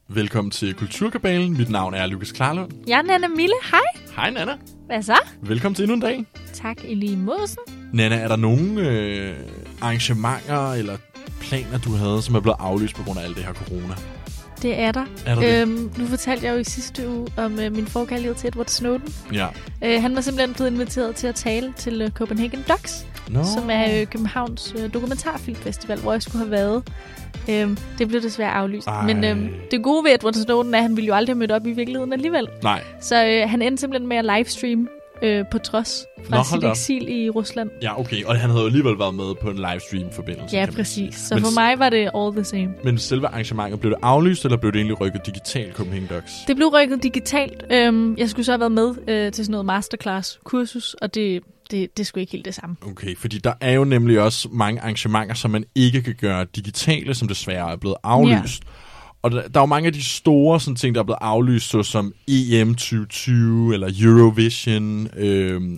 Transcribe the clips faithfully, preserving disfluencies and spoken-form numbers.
Velkommen til Kulturkabalen. Mit navn er Lukas Klarlund. Jeg er Nana Mille. Hej. Hej Nana. Hvad så? Velkommen til endnu en dag. Tak i lige moden. Nana, er der nogle øh, arrangementer eller planer, du havde, som er blevet aflyst på grund af alt det her corona? Det er der. Er der øhm, nu fortalte jeg jo i sidste uge om øh, min forkærlighed til Edward Snowden. Ja. Øh, han var simpelthen blevet inviteret til at tale til øh, Copenhagen Docs, no. som er øh, Københavns øh, dokumentarfilmfestival, hvor jeg skulle have været. Øhm, det blev desværre aflyst. Ej. Men øhm, det gode ved Edward Snowden er, at han ville jo aldrig have mødt op i virkeligheden alligevel. Nej. Så øh, han endte simpelthen med at livestream øh, på trods fra Nå, sit eksil i Rusland. Ja, okay. Og han havde jo alligevel været med på en livestream-forbindelse. Ja, præcis. Så men, for mig var det all the same. Men selve arrangementet, blev det aflyst, eller blev det egentlig rykket digitalt, Copenhagen Docs? Det blev rykket digitalt. Øhm, jeg skulle så have været med øh, til sådan noget masterclass-kursus, og det... Det, det skulle ikke helt det samme. Okay, fordi der er jo nemlig også mange arrangementer, som man ikke kan gøre digitale, som desværre er blevet aflyst. Ja. Og der, der er jo mange af de store sådan ting, der er blevet aflyst, såsom E M tyve tyve, eller Eurovision, øhm,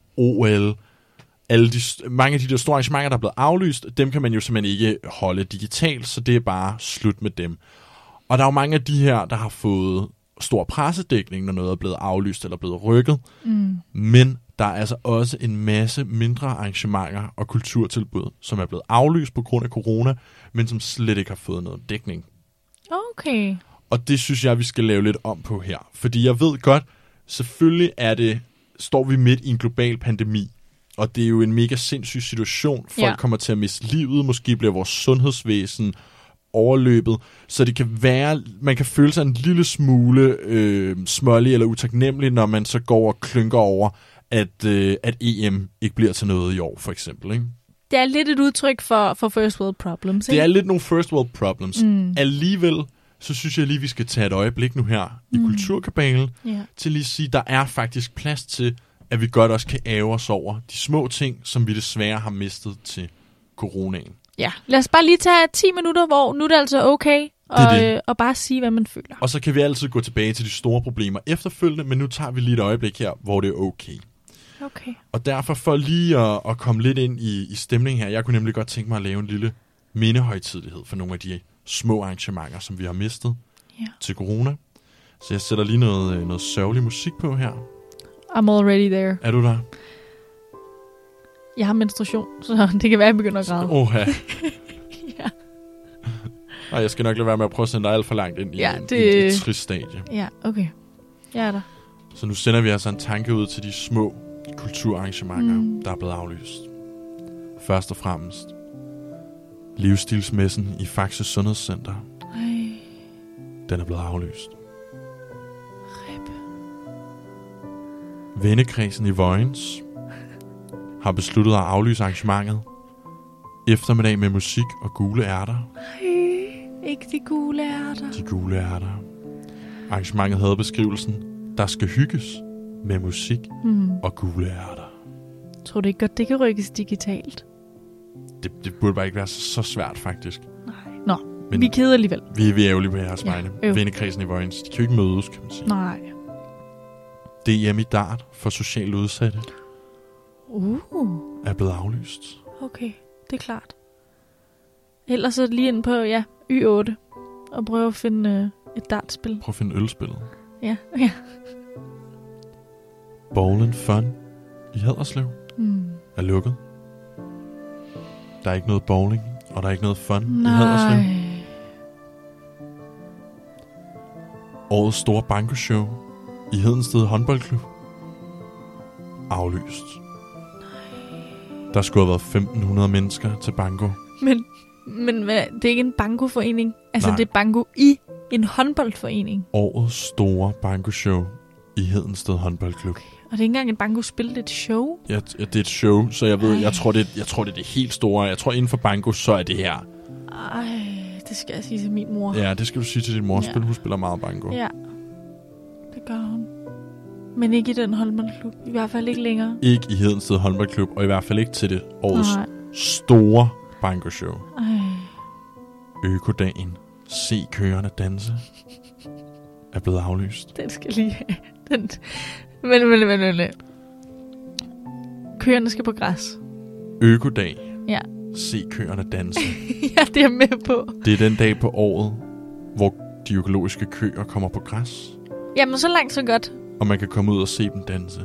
O L. Alle de, mange af de der store arrangementer, der er blevet aflyst, dem kan man jo simpelthen ikke holde digitalt, så det er bare slut med dem. Og der er jo mange af de her, der har fået stor pressedækning, når noget er blevet aflyst eller blevet rykket. Mm. Men der er altså også en masse mindre arrangementer og kulturtilbud, som er blevet aflyst på grund af corona, men som slet ikke har fået noget dækning. Okay. Og det synes jeg, vi skal lave lidt om på her. Fordi jeg ved godt, selvfølgelig er det, står vi midt i en global pandemi, og det er jo en mega sindssyg situation. Folk ja. kommer til at miste livet, måske bliver vores sundhedsvæsen overløbet, så det kan være, man kan føle sig en lille smule øh, smålig eller utaknemmelig, når man så går og klynker over, at, øh, at E M ikke bliver til noget i år, for eksempel, ikke? Det er lidt et udtryk for, for first world problems, ikke? Det er lidt nogle first world problems. Mm. Alligevel, så synes jeg lige, vi skal tage et øjeblik nu her i mm. Kulturkabalen, yeah. til lige at sige, at der er faktisk plads til, at vi godt også kan ære os over de små ting, som vi desværre har mistet til coronaen. Ja, lad os bare lige tage ti minutter, hvor nu er det altså okay, og, det det. Øh, og bare sige, hvad man føler. Og så kan vi altid gå tilbage til de store problemer efterfølgende, men nu tager vi lige et øjeblik her, hvor det er okay. Okay. Og derfor for lige at, at komme lidt ind i, i stemningen her, jeg kunne nemlig godt tænke mig at lave en lille mindehøjtidelighed for nogle af de små arrangementer, som vi har mistet yeah. til corona. Så jeg sætter lige noget, noget sørgelig musik på her. I'm already there. Er du der? Jeg har menstruation, så det kan være, at jeg begynder at græde. Åh, ja. ja. Nej, jeg skal nok lade være med at prøve at sende dig alt for langt ind i ja, en, det... en, et trist stadie. Ja, okay. Jeg er der. Så nu sender vi altså en tanke ud til de små kulturarrangementer, mm. der er blevet aflyst. Først og fremmest livsstilsmessen i Faxe Sundhedscenter. Ej. Den er blevet aflyst. Rip. Vennekredsen i Vojens har besluttet at aflyse arrangementet. Eftermiddag med musik og gule ærter. Ej, ikke de gule ærter. De gule ærter. Arrangementet havde beskrivelsen, der skal hygges med musik mm. og gule ærter. Tror du ikke godt, det kan rykkes digitalt? Det, det burde bare ikke være så, så svært, faktisk. Nej. Nå, men vi er kede alligevel. Vi, vi er ærgerlige på jeres ja, vegne. Vennekredsen i Vojens, de kan jo ikke mødes, kan man sige. Nej. D M i dart for socialt udsatte uh. er blevet aflyst. Okay, det er klart. Ellers så lige ind på, ja, Y otte og prøve at finde øh, et dartspil. Prøv at finde ølspillet. Ja, ja. Bowl and Fun i Haderslev mm. er lukket. Der er ikke noget bowling, og der er ikke noget fun Nej. i Haderslev. Årets store bankoshow i Hedensted håndboldklub aflyst. Nej. Der skulle have været femten hundrede mennesker til banko. Men, men hvad, det er ikke en bankoforening? Altså, Nej. det er banko i en håndboldforening? Årets store bankoshow i Hedensted håndboldklub. Okay. Og det er ikke engang et bankospil, det er et show? Ja, det er et show, så jeg ved, jeg tror, det, jeg tror, det er det helt store. Jeg tror, inden for banko, så er det her. Ej, det skal jeg sige til min mor. Ja, det skal du sige til din mor. Ja. Hun spiller meget banko. Ja, det gør hun. Men ikke i den håndboldklub. I hvert fald ikke længere. Ikke i Hedensted håndboldklub, og i hvert fald ikke til det årets Nej. store bankoshow. Ej. Økodagen. Se køerne danse. Er blevet aflyst. Den skal lige have. Den... Men, men, men, men. Køerne skal på græs. Økodag. Ja. Se køerne danse. Ja, det er med på. Det er den dag på året, hvor de økologiske køer kommer på græs. Jamen, så langt så godt. Og man kan komme ud og se dem danse.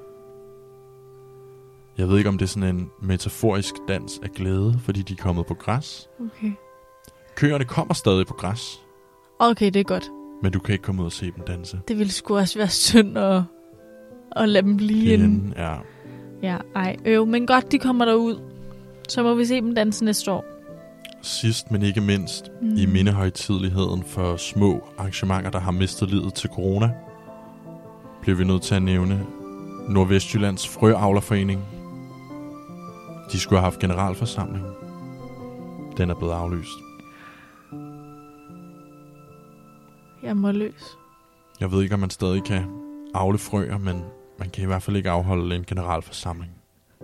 Jeg ved ikke, om det er sådan en metaforisk dans af glæde, fordi de er kommet på græs. Okay. Køerne kommer stadig på græs. Okay, det er godt. Men du kan ikke komme ud og se dem danse. Det ville sgu også være synd at, at lade dem blive inde. Ja. Ja, ej. Øv, men godt, de kommer derud. Så må vi se dem danse næste år. Sidst, men ikke mindst, mm. i mindehøjtideligheden for små arrangementer, der har mistet livet til corona, bliver vi nødt til at nævne Nordvestjyllands Frøavlerforening. De skulle have haft generalforsamling. Den er blevet aflyst. Jeg må løs. Jeg ved ikke, om man stadig kan avle frøer, men man kan i hvert fald ikke afholde en generalforsamling.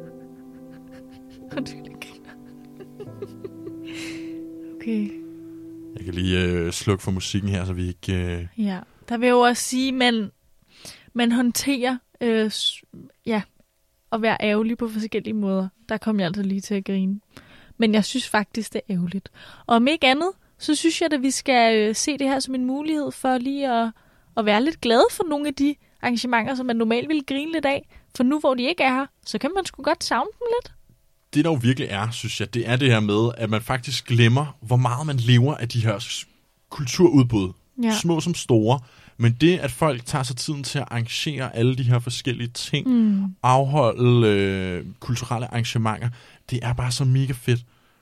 Okay. Jeg kan lige øh, slukke for musikken her, så vi ikke... Øh... Ja, der vil jo også sige, at man, man håndterer øh, ja, at være ærgerlig på forskellige måder. Der kom jeg altså lige til at grine. Men jeg synes faktisk, det er ærgerligt. Og om ikke andet, så synes jeg, at vi skal øh, se det her som en mulighed for lige at, at være lidt glade for nogle af de arrangementer, som man normalt ville grine lidt af. For nu, hvor de ikke er her, så kan man sgu godt savne dem lidt. Det, der jo virkelig er, synes jeg, det er det her med, at man faktisk glemmer, hvor meget man lever af de her kulturudbud. Ja. Små som store. Men det, at folk tager sig tiden til at arrangere alle de her forskellige ting, mm. afholde øh, kulturelle arrangementer, det er bare så mega fedt.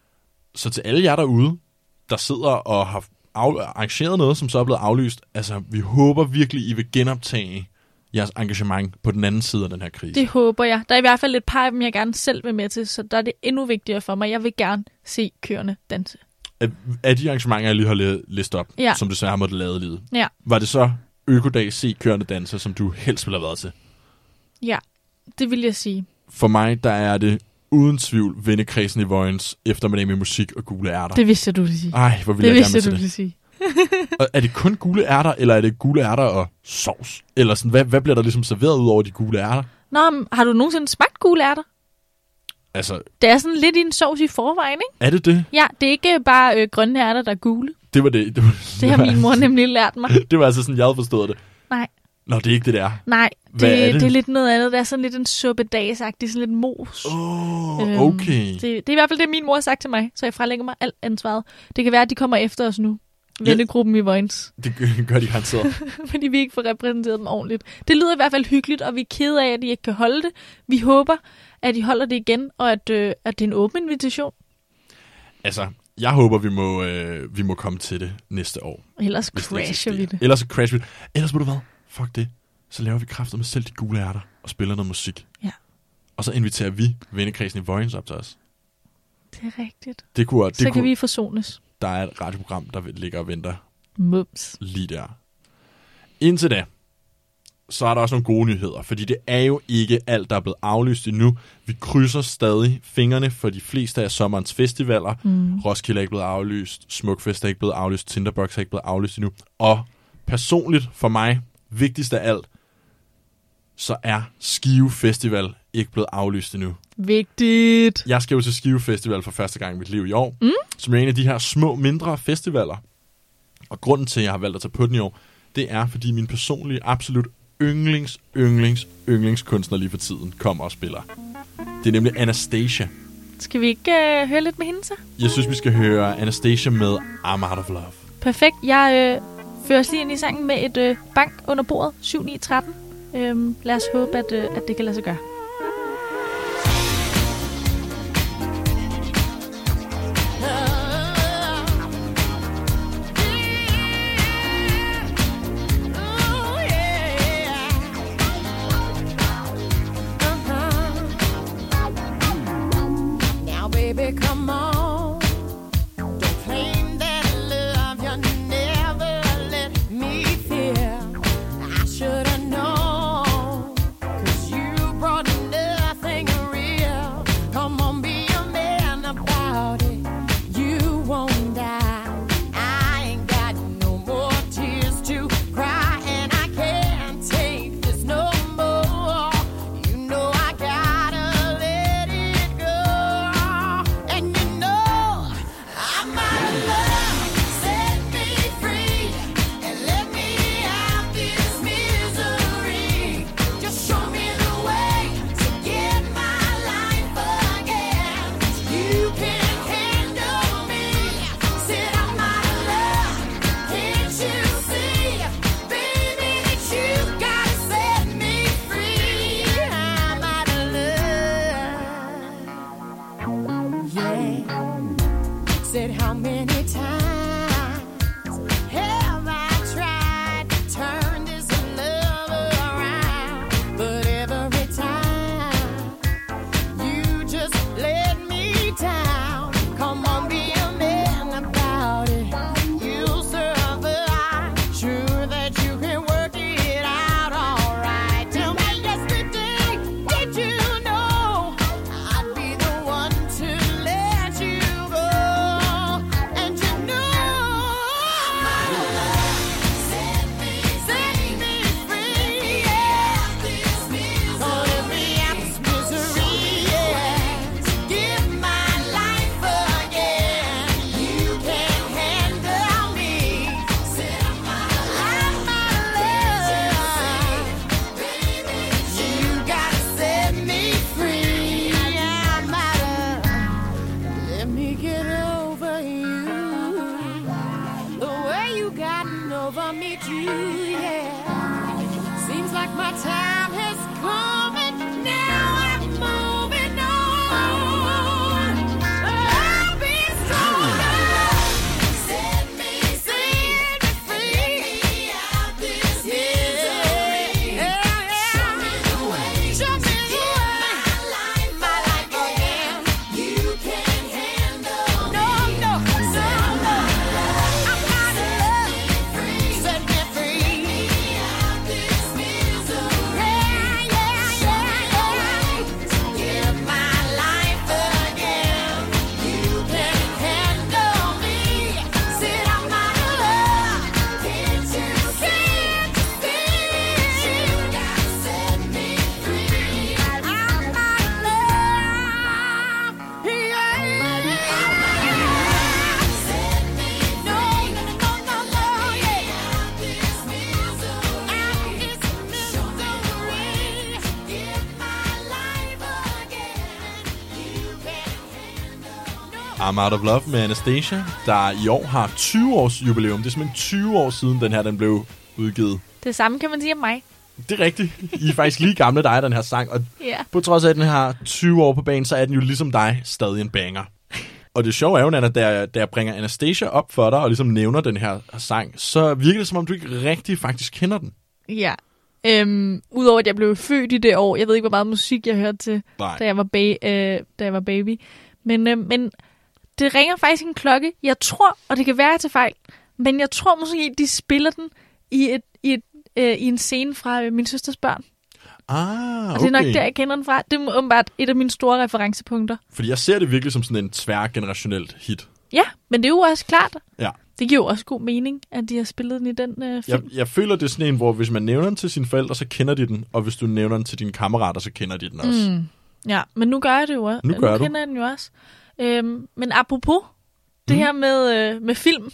Så til alle jer derude, der sidder og har arrangeret noget, som så er blevet aflyst, altså, vi håber virkelig, I vil genoptage jeres engagement på den anden side af den her krise. Det håber jeg. Der er i hvert fald et par af dem, jeg gerne selv vil med til, så der er det endnu vigtigere for mig. Jeg vil gerne se køerne danse. Af, af de arrangementer, jeg lige har listet op, ja. Som desværre har måttet lade livet, ja. Var det så Økodag se køerne danse, som du helst ville have været til? Ja, det vil jeg sige. For mig, der er det uden tvivl vennekredsen i Vojens eftermiddag med musik og gule ærter. Det vidste jeg, du ville sige. Ej, hvor vil det jeg gerne med til det. Det sige. Er det kun gule ærter, eller er det gule ærter og sovs? Eller sådan, hvad, hvad bliver der ligesom serveret ud over de gule ærter? Nå, men har du nogensinde smagt gule ærter? Altså... Det er sådan lidt i en sovs i forvejen, ikke? Er det det? Ja, det er ikke bare øh, grønne ærter, der er gule. Det var det. Det, var, det har min mor nemlig lært mig. Det var altså sådan, jeg havde forstået det. Nej. Nå, det er ikke det, der. Nej, det er, det? det er lidt noget andet. Det er sådan lidt en suppedagsagtig, sådan lidt mos. Åh, oh, okay. Øhm, det, det er i hvert fald det, min mor har sagt til mig, så jeg frelægger mig alt ansvaret. Det kan være, at de kommer efter os nu. Vennegruppen ja. I Vojens. Det gør de garanteret. Fordi vi ikke får repræsenteret dem ordentligt. Det lyder i hvert fald hyggeligt, og vi er kede af, at de ikke kan holde det. Vi håber, at de holder det igen, og at, øh, at det er en åben invitation. Altså, jeg håber, vi må, øh, vi må komme til det næste år. Ellers crasher vi det. Ellers crasher vi det. Ellers må du hvad? Fuck det. Så laver vi kræfter med selv de gule ærter og spiller noget musik. Ja. Og så inviterer vi vennekredsen i Vojens op til os. Det er rigtigt. Det kunne, det så kan kunne, vi forsones. Der er et radioprogram, der ligger og venter. Mums. Lige der. Indtil da, så er der også nogle gode nyheder, fordi det er jo ikke alt, der er blevet aflyst endnu. Vi krydser stadig fingrene for de fleste af sommerens festivaler. Mm. Roskilde er ikke blevet aflyst, Smukfest er ikke blevet aflyst, Tinderbox er ikke blevet aflyst endnu. Og personligt for mig, vigtigst af alt, så er Skive Festival ikke blevet aflyst endnu. Vigtigt. Jeg skal jo til Skive Festival for første gang i mit liv i år, mm. som er en af de her små, mindre festivaler. Og grunden til, at jeg har valgt at tage på den i år, det er, fordi min personlige, absolut yndlings, yndlings, yndlingskunstner lige for tiden kommer og spiller. Det er nemlig Anastacia. Skal vi ikke øh, høre lidt med hende så? Jeg synes, vi skal høre Anastacia med I'm Out of Love. Perfekt. Jeg øh, fører os lige ind i sangen med et øh, bank under bordet. syv ni tretten. Øhm, lad os håbe, at, øh, at det kan lade sig gøre. Brought over me too, yeah. Seems like my time has come and now I'm moving on. I'll be stronger. Set me free, free out this misery. Yeah, yeah. Show me the way. Show me the way. My life, my life again. You can't handle no, me. No, no, no, no. I'm out of love. Set me free. Out this misery. Yeah, yeah, yeah, yeah. Give my life again. You can't handle me. Said I'm out of love. Can't you see? You gotta set me free. I'm out of love. Yeah. Set me free. No, no, no, no, yeah. Out this misery. Out this misery. Give my life again. You can't handle no. I'm Out of Love med Anastasia, der i år har tyve års jubilæum. Det er simpelthen tyve år siden, den her den blev udgivet. Det samme kan man sige om mig. Det er rigtigt. I er faktisk lige gamle dig, den her sang. Og Ja. på trods af, at den har tyve år på banen, så er den jo ligesom dig stadig en banger. Og det sjove er jo, Nana, da jeg, da jeg bringer Anastasia op for dig og ligesom nævner den her sang, så virker det, som om du ikke rigtig faktisk kender den. Ja. Øhm, Udover at jeg blev født i det år. Jeg ved ikke, hvor meget musik jeg hørte til, Nej. da jeg var, ba- øh, da jeg var baby. Men, øh, men det ringer faktisk en klokke. Jeg tror, og det kan være til fejl, men jeg tror måske, de spiller den i, et, i, et, øh, i en scene fra øh, Min Søsters Børn. Ah, Og okay. det er nok der, jeg kender den fra. Det er åbenbart et af mine store referencepunkter. Fordi jeg ser det virkelig som sådan en tværgenerationelt hit. Ja, men det er jo også klart. Ja. Det giver jo også god mening, at de har spillet den i den øh, film. Jeg, jeg føler, det er sådan en, hvor hvis man nævner den til sine forældre, så kender de den. Og hvis du nævner den til dine kammerater, så kender de den også. Mm. Ja, men nu gør jeg det jo også. Nu gør nu du. kender jeg den jo også. Øhm, men apropos det Mm. her med, øh, med film.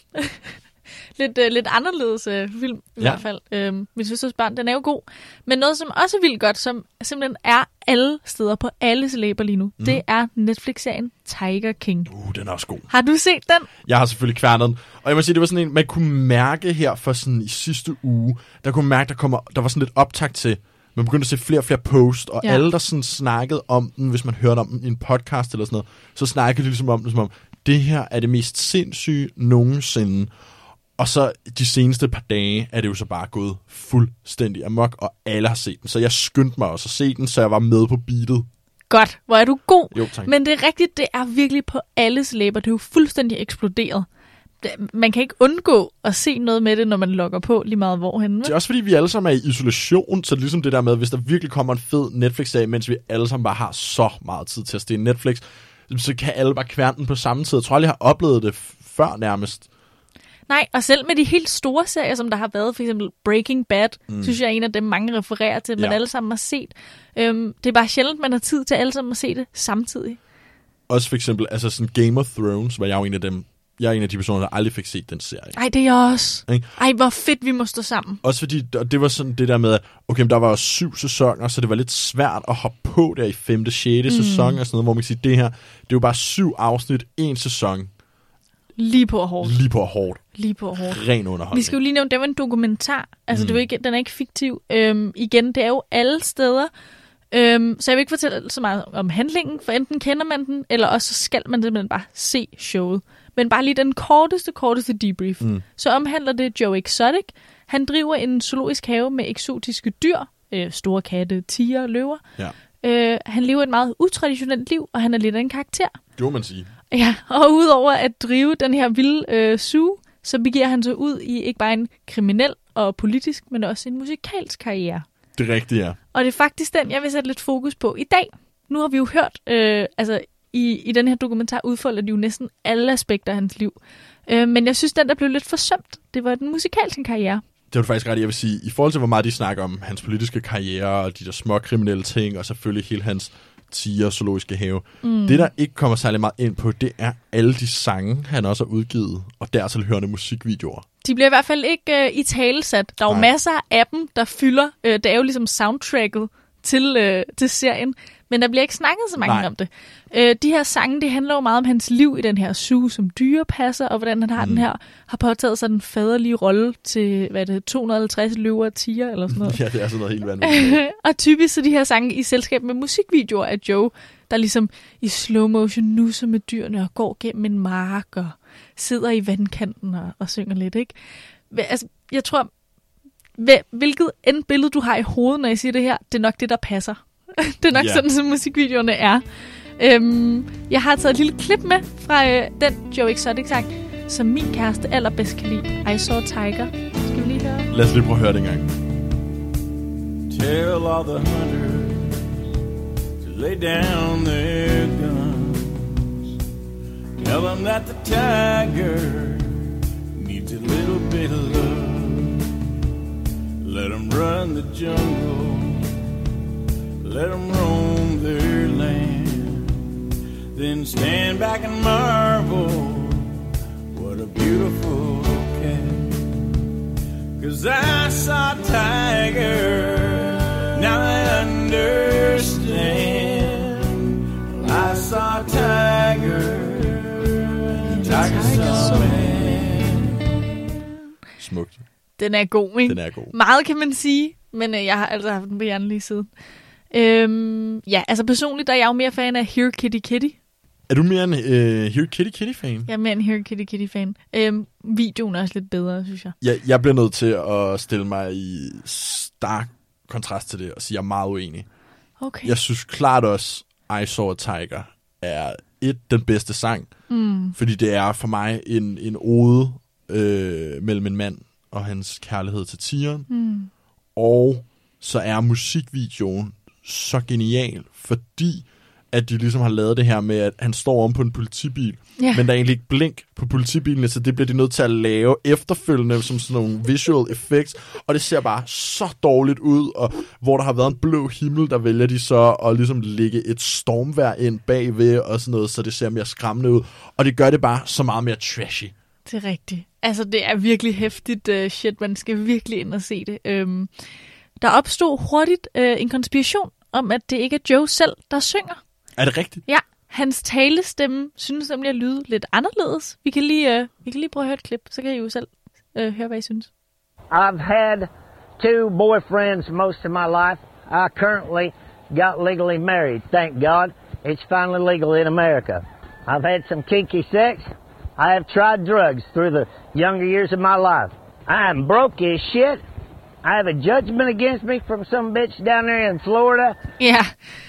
lidt, øh, lidt anderledes øh, film i Ja. hvert fald. Øhm, Min Søsters Børn, den er jo god. Men noget, som også er vildt godt, som simpelthen er alle steder på alles læber lige nu, Mm. det er Netflix-serien Tiger King. Uh, den er også god. Har du set den? Jeg har selvfølgelig kværnet den. Og jeg må sige, det var sådan en, man kunne mærke her for sådan i sidste uge, der kunne man mærke, der, kommer, der var sådan lidt optakt til. Man begyndte at se flere og flere posts, og Ja. ja. alle, der sådan snakkede om den, hvis man hørte om den i en podcast eller sådan noget, så snakkede de ligesom om den, som om, det her er det mest sindssyge nogensinde. Og så de seneste par dage er det jo så bare gået fuldstændig amok, og alle har set den. Så jeg skyndte mig også at se den, så jeg var med på beatet. Godt. Hvor er du god. Jo, tak. Men det er rigtigt, det er virkelig på alles læber. Det er jo fuldstændig eksploderet. Det- Man kan ikke undgå at se noget med det, når man logger på lige meget hvorhenne. Det er også fordi, vi alle sammen er i isolation, så det er ligesom det der med, hvis der virkelig kommer en fed Netflix-serie, mens vi alle sammen bare har så meget tid til at stille Netflix, så kan alle bare kværne den på samme tid. Jeg tror aldrig, jeg har oplevet det f- før nærmest. Nej, og selv med de helt store serier, som der har været, for eksempel Breaking Bad, mm. synes jeg er en af dem, mange refererer til, men Ja. alle sammen har set. Øhm, det er bare sjældent, man har tid til alle sammen at se det samtidig. Også for eksempel, altså sådan Game of Thrones, var jeg jo en af dem, jeg er en af de personer, der aldrig fik set den serie. Ej, det er jeg også. Ikke? Ej, hvor fedt, vi må stå sammen. Også fordi, og det var sådan det der med, okay, men der var jo syv sæsoner, så det var lidt svært at hoppe på der i femte, sjette mm. sæson og sådan noget, hvor man kan sige, det her, det er jo bare syv afsnit, en sæson, Lige på hårdt. lige på hårdt, Lige på hårdt. ren underholdning. Vi skal jo lige nævne, det var en dokumentar. Altså, mm. det var ikke, den er ikke fiktiv. Øhm, igen, det er jo alle steder. Øhm, så jeg vil ikke fortælle så meget om handlingen, for enten kender man den, eller også så skal man simpelthen bare se showet. Men bare lige den korteste, korteste debrief. Mm. Så omhandler det Joe Exotic. Han driver en zoologisk have med eksotiske dyr. Øh, store katte, tiger, løver. Ja, Øh, han lever et meget utraditionelt liv, og han er lidt af en karakter. det må man sige. Ja, og udover at drive den her vilde øh, zoo, så begiver han sig ud i ikke bare en kriminel og politisk, men også en musikalsk karriere. Det rigtige er. Og det er faktisk den, jeg vil sætte lidt fokus på i dag. Nu har vi jo hørt, øh, altså i, i den her dokumentar udfolder de jo næsten alle aspekter af hans liv. Øh, men jeg synes, den der blev lidt forsømt. Det var den musikalske karriere. Det var du faktisk ret, jeg vil sige, i forhold til, hvor meget de snakker om hans politiske karriere, og de der små kriminelle ting, og selvfølgelig hele hans tiger zoologiske have. Mm. Det, der ikke kommer særlig meget ind på, det er alle de sange, han også har udgivet, og dertil hørende musikvideoer. De bliver i hvert fald ikke øh, i talesat. Der er jo Nej. masser af dem, der fylder. Øh, det er jo ligesom soundtracket til, øh, til serien. Men der bliver ikke snakket så mange Nej. om det. Øh, de her sange, det handler jo meget om hans liv i den her zoo som dyrepasser, og hvordan han har mm. den her, har påtaget sig den faderlige rolle til, hvad er det, to hundrede og halvtreds løver og tiger, eller sådan noget. Ja, det er sådan noget helt vanvittigt. Og typisk så de her sange i selskab med musikvideoer af Joe, der ligesom i slow motion nusser med dyrene og går gennem en mark og sidder i vandkanten og, og synger lidt, ikke? Altså, jeg tror, hvilket end billede du har i hovedet, når jeg siger det her, det er nok det, der passer. Det er nok yeah. sådan, som musikvideoerne er. Øhm, jeg har taget et lille klip med fra øh, den Joe Exotic-sang, som min kæreste allerbedst kan lide. I Saw a Tiger. Skal vi lige høre? Lad os lige prøve at høre det en gang. Tell all the hunters to lay down their guns. Tell them that the tiger needs a little bit of love. Let them run the jungle. Let them roam their land. Then stand back and marvel. What a beautiful cat. 'Cause I saw a tiger. Now I understand. I saw a tiger. And the tiger saw me. Smukt. Den er god, ikke? Den er god. Meget kan man sige, men øh, jeg har altså haft den på hjernen lige siden. Øhm, ja, altså personligt der er jeg jo mere fan af Here Kitty Kitty. Er du mere en uh, Here Kitty Kitty-fan? Jeg er mere en Here Kitty Kitty-fan. Øhm, videoen er også lidt bedre, synes jeg. Jeg, jeg bliver nødt til at stille mig i stark kontrast til det og sige, at jeg er meget uenig. Okay. Jeg synes klart også, I Saw a Tiger er et den bedste sang, Mm. fordi det er for mig en, en ode øh, mellem en mand og hans kærlighed til tigeren. Mm. Og så er musikvideoen så genial, fordi at de ligesom har lavet det her med, at han står om på en politibil, Yeah. men der er egentlig ikke blink på politibilen, så det bliver de nødt til at lave efterfølgende som sådan nogle visual effects, og det ser bare så dårligt ud, og hvor der har været en blå himmel, der vælger de så at ligesom lægge et stormvejr ind bagved og sådan noget, så det ser mere skræmmende ud, og det gør det bare så meget mere trashy. Det er rigtigt. Altså, det er virkelig hæftigt uh, shit. Man skal virkelig ind og se det. Øhm, der opstod hurtigt uh, en konspiration om, at det ikke er Joe selv, der synger. Er det rigtigt? Ja, hans talestemme synes nemlig at lyde lidt anderledes. Vi kan lige, uh, vi kan lige prøve at høre et klip, så kan I jo selv uh, høre, hvad I synes. I've had two boyfriends most of my life. I currently got legally married, thank God. It's finally legal in America. I've had some kinky sex. I have tried drugs through the younger years of my life. I am broke as shit. I have a judgment against me from some bitch down there in Florida. Ja,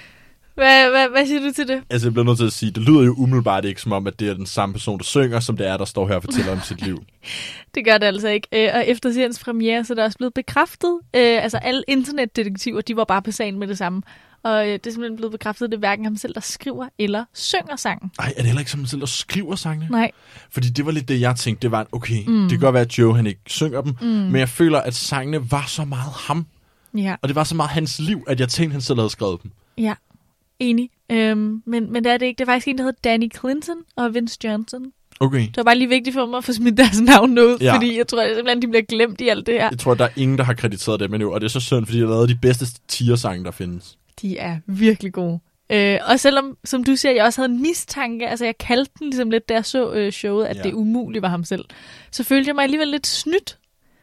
hvad, hvad, hvad siger du til det? Altså, jeg bliver nødt til at sige, det lyder jo umiddelbart ikke som om, at det er den samme person, der synger, som det er, der står her og fortæller om sit liv. Det gør det altså ikke. Øh, og efter seriens premiere, så er det også blevet bekræftet. Øh, altså, alle internetdetektiver, de var bare på sagen med det samme. Og øh, det er simpelthen blevet bekræftet, at det er hverken ham selv, der skriver eller synger sangen. Ej, er det heller ikke som ham selv, der skriver sangene? Nej. Fordi det var lidt det, jeg tænkte. Det var, okay, mm. det kan godt være, at Joe han ikke synger dem, mm. men jeg føler, at sangene var så meget ham. Ja. Og det var så meget hans liv, at jeg tænkte, at han selv havde skrevet dem. Ja, enig. Øhm, men, men det er det ikke. Det er faktisk en, der hedder Danny Clinton og Vince Johnson. Okay. Det var bare lige vigtigt for mig at få smidt deres navn ud, Ja. fordi jeg tror at simpelthen, de bliver glemt i alt det her. Jeg tror, der er ingen, der har krediteret det, men jo, og det er så synd, fordi de har lavet de bedste tier-sange, der findes. De er virkelig gode. Øh, og selvom, som du siger, jeg også havde en mistanke, altså jeg kaldte den ligesom lidt, da jeg så øh, showet, at Ja. det umuligt var ham selv, så følte jeg mig alligevel lidt snydt.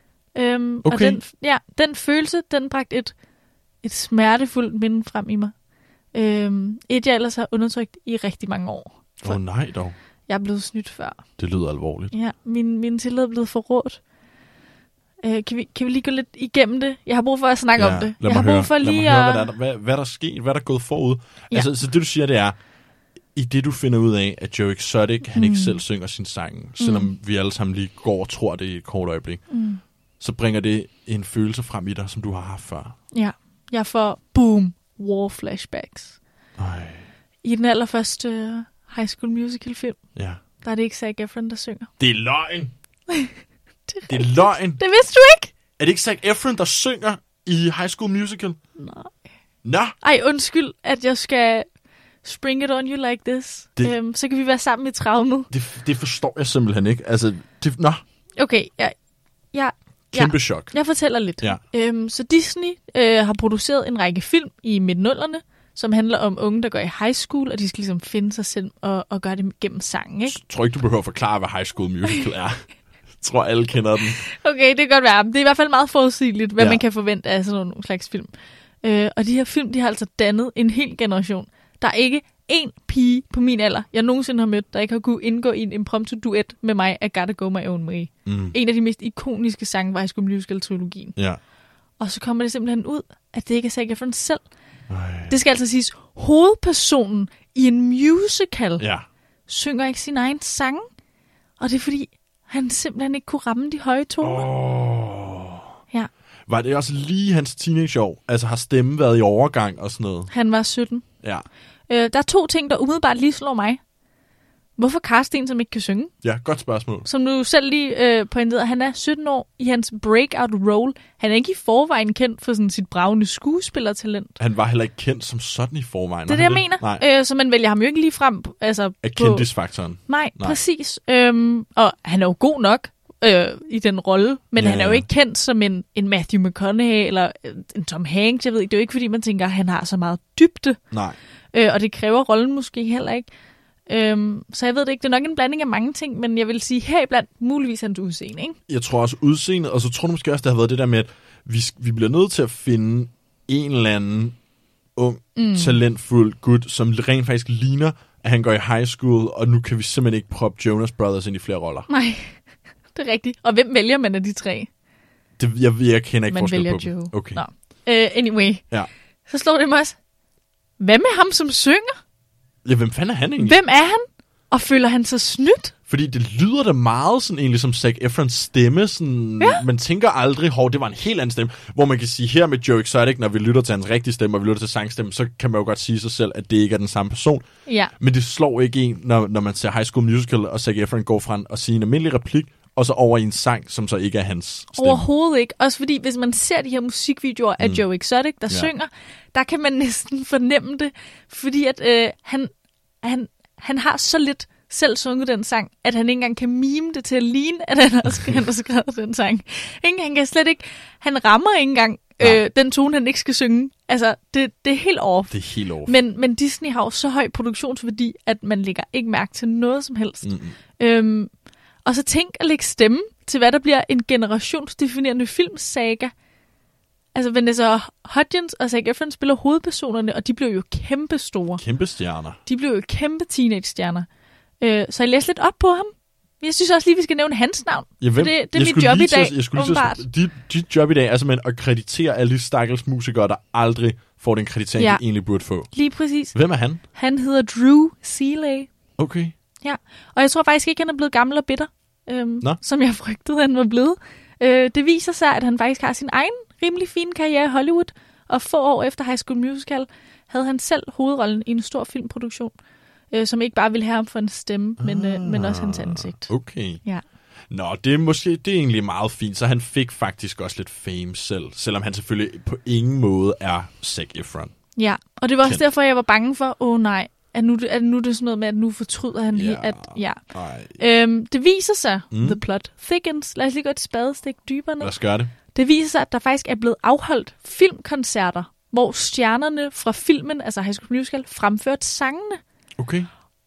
Øhm, Okay. Og den, ja, den følelse, den bragte et, et smertefuldt minde frem i mig. Øhm, et, jeg ellers har undertrykt i rigtig mange år. Åh oh, nej dog. Jeg er blevet snydt før. Det lyder alvorligt. Ja, min, min tillid er blevet forrådt. Øh, kan, vi, kan vi lige gå lidt igennem det? Jeg har brug for at snakke Ja, om det. lad Jeg har mig brug høre, for lad lige mig høre at... hvad, der, er- hvad, hvad der er sket, hvad der er gået forud. Ja. Altså, så det du siger, det er, i det du finder ud af, at Joe Exotic, han Mm. ikke selv synger sin sang, selvom Mm. vi alle sammen lige går og tror det i et kort øjeblik, Mm. så bringer det en følelse frem i dig, som du har haft før. Ja, jeg får boom, war flashbacks. Ej, I den allerførste øh, High School Musical film, ja. der er det ikke Zac Efron, der synger. Det er løgn! Det er, Det er løgn! det vidste du ikke? Er det ikke Zac Efron, der synger i High School Musical? Nej. Nå! Ej, undskyld, at jeg skal spring it on you like this. Det- Øhm, så kan vi være sammen i traumet. Det, det forstår jeg simpelthen ikke. Altså, det, nå, Okay, jeg, jeg, kæmpe Ja. chok. jeg fortæller lidt. Ja. Øhm, så Disney øh, har produceret en række film i midt-nullerne, som handler om unge, der går i high school, og de skal ligesom finde sig selv og, og gøre det gennem sangen, ikke? Jeg tror ikke, du behøver at forklare, hvad High School Musical er. Jeg tror, alle kender den. Okay, det kan godt være. Det er i hvert fald meget forudsigeligt, hvad Ja. man kan forvente af sådan nogle slags film. Øh, og de her film, de har altså dannet en hel generation. Der er ikke én pige på min alder, jeg nogensinde har mødt, der ikke har kunne indgå i en impromptu duet med mig af Gotta Go My Own Way. Mm. En af de mest ikoniske sange var High School Musical-trilogien. Ja. Og så kommer det simpelthen ud, at det ikke er Zac Efron selv. Ej. Det skal altså siges, hovedpersonen i en musical Ja. synger ikke sin egen sang. Og det er fordi, han simpelthen ikke kunne ramme de høje toner. Oh. Ja, Var det også lige hans teenageår? Altså har stemmen været i overgang og sådan noget? han var sytten. Ja. Øh, der er to ting, der umiddelbart lige slår mig. Hvorfor kaste en, som ikke kan synge? Ja, godt spørgsmål. Som du selv lige øh, pointerede, han er sytten år i hans breakout role. Han er ikke i forvejen kendt for sådan sit bravende skuespillertalent. Han var heller ikke kendt som sådan i forvejen. Det er var det, jeg han mener. Nej, Øh, så man vælger ham jo ikke lige frem. Altså, af på- kendisfaktoren. Nej, Nej. Nej, præcis. Øhm, og han er jo god nok øh, i den rolle, men Ja, han er jo ja. ikke kendt som en, en Matthew McConaughey eller en Tom Hanks. Jeg ved ikke, det er jo ikke, fordi man tænker, at han har så meget dybde. Nej. Øh, og det kræver rollen måske heller ikke. Øhm, så jeg ved det ikke. Det er nok en blanding af mange ting, men jeg vil sige heriblandt muligvis hans udseende, ikke? Jeg tror også udseendet, og så tror jeg måske også, det har været det der med, at vi, vi bliver nødt til at finde en eller anden ung, mm. talentfuld gut, som rent faktisk ligner, at han går i high school, og nu kan vi simpelthen ikke proppe Jonas Brothers ind i flere roller. Nej, det er rigtigt. Og hvem vælger man af de tre? Det, jeg, jeg kender ikke Man forskel vælger på dem. Joe. Okay. Nå. Uh, anyway, Ja. så slår det mig også. Hvad med ham, som synger? Ja, hvem fanden er han egentlig? Hvem er han? Og føler han sig snydt? Fordi det lyder da meget sådan egentlig som Zac Efrons stemme. Sådan, Ja. Man tænker aldrig, hov, det var en helt anden stemme. Hvor man kan sige her med Joe Exotic, når vi lytter til hans rigtige stemme, og vi lytter til sangstemmen, så kan man jo godt sige sig selv, at det ikke er den samme person. Ja. Men det slår ikke en, når, når man ser High School Musical, og Zac Efron går fra at sige en almindelig replik, og så over i en sang, som så ikke er hans stemme. Overhovedet ikke. Også fordi, hvis man ser de her musikvideoer af Mm. Joe Exotic, der Ja. synger, der kan man næsten fornemme det. Fordi at øh, han, han, han har så lidt selv sunget den sang, at han ikke engang kan mime det til at ligne, at han har skrevet, han har skrevet den sang. Ikke, han kan slet ikke, han rammer ikke engang øh, den tone, han ikke skal synge. Altså, det, det er helt off. Det er helt over. Men, men Disney har jo så høj produktionsværdi, at man lægger ikke mærke til noget som helst. Mm-mm. Øhm, og så tænk at lægge stemme til, hvad der bliver en generationsdefinerende filmsaga. Altså Vanessa Hudgens og Zac Efron spiller hovedpersonerne, og de blev jo kæmpe store. Kæmpe stjerner. De blev jo kæmpe teenage-stjerner. Øh, så jeg læste lidt op på ham. Jeg synes også lige, vi skal nævne hans navn. Ja, hvem, For det, det er jeg mit skulle job lige i til at- dag, Jeg skulle lige åbenbart. til at- dit, dit job i dag er simpelthen at kreditere alle de stakkels musikere, der aldrig får den kreditering, Ja. de egentlig burde få. Lige præcis. Hvem er han? Han hedder Drew Seeley. Okay. Ja, og jeg tror faktisk ikke, han er blevet gammel og bitter, øhm, Nå. som jeg frygtede, han var blevet. Øh, det viser sig, at han faktisk har sin egen rimelig fine karriere i Hollywood, og få år efter High School Musical havde han selv hovedrollen i en stor filmproduktion, øh, som ikke bare ville have ham for en stemme, men, øh, men også hans ansigt. Okay. Ja. Nå, det er måske det er egentlig meget fint, så han fik faktisk også lidt fame selv, selvom han selvfølgelig på ingen måde er Zac Efron. Ja, og det var også Kendt. derfor, jeg var bange for, åh oh, nej, er nu, er nu det sådan noget med, at nu fortryder han lige, Ja. at ja. Ej, Øhm, det viser sig, Mm. mm. the plot thickens. Lad os lige gå et spadestik dybere ned. lad os gøre det. Det viser sig, at der faktisk er blevet afholdt filmkoncerter, hvor stjernerne fra filmen, altså High School Musical, fremførte sangene. Okay.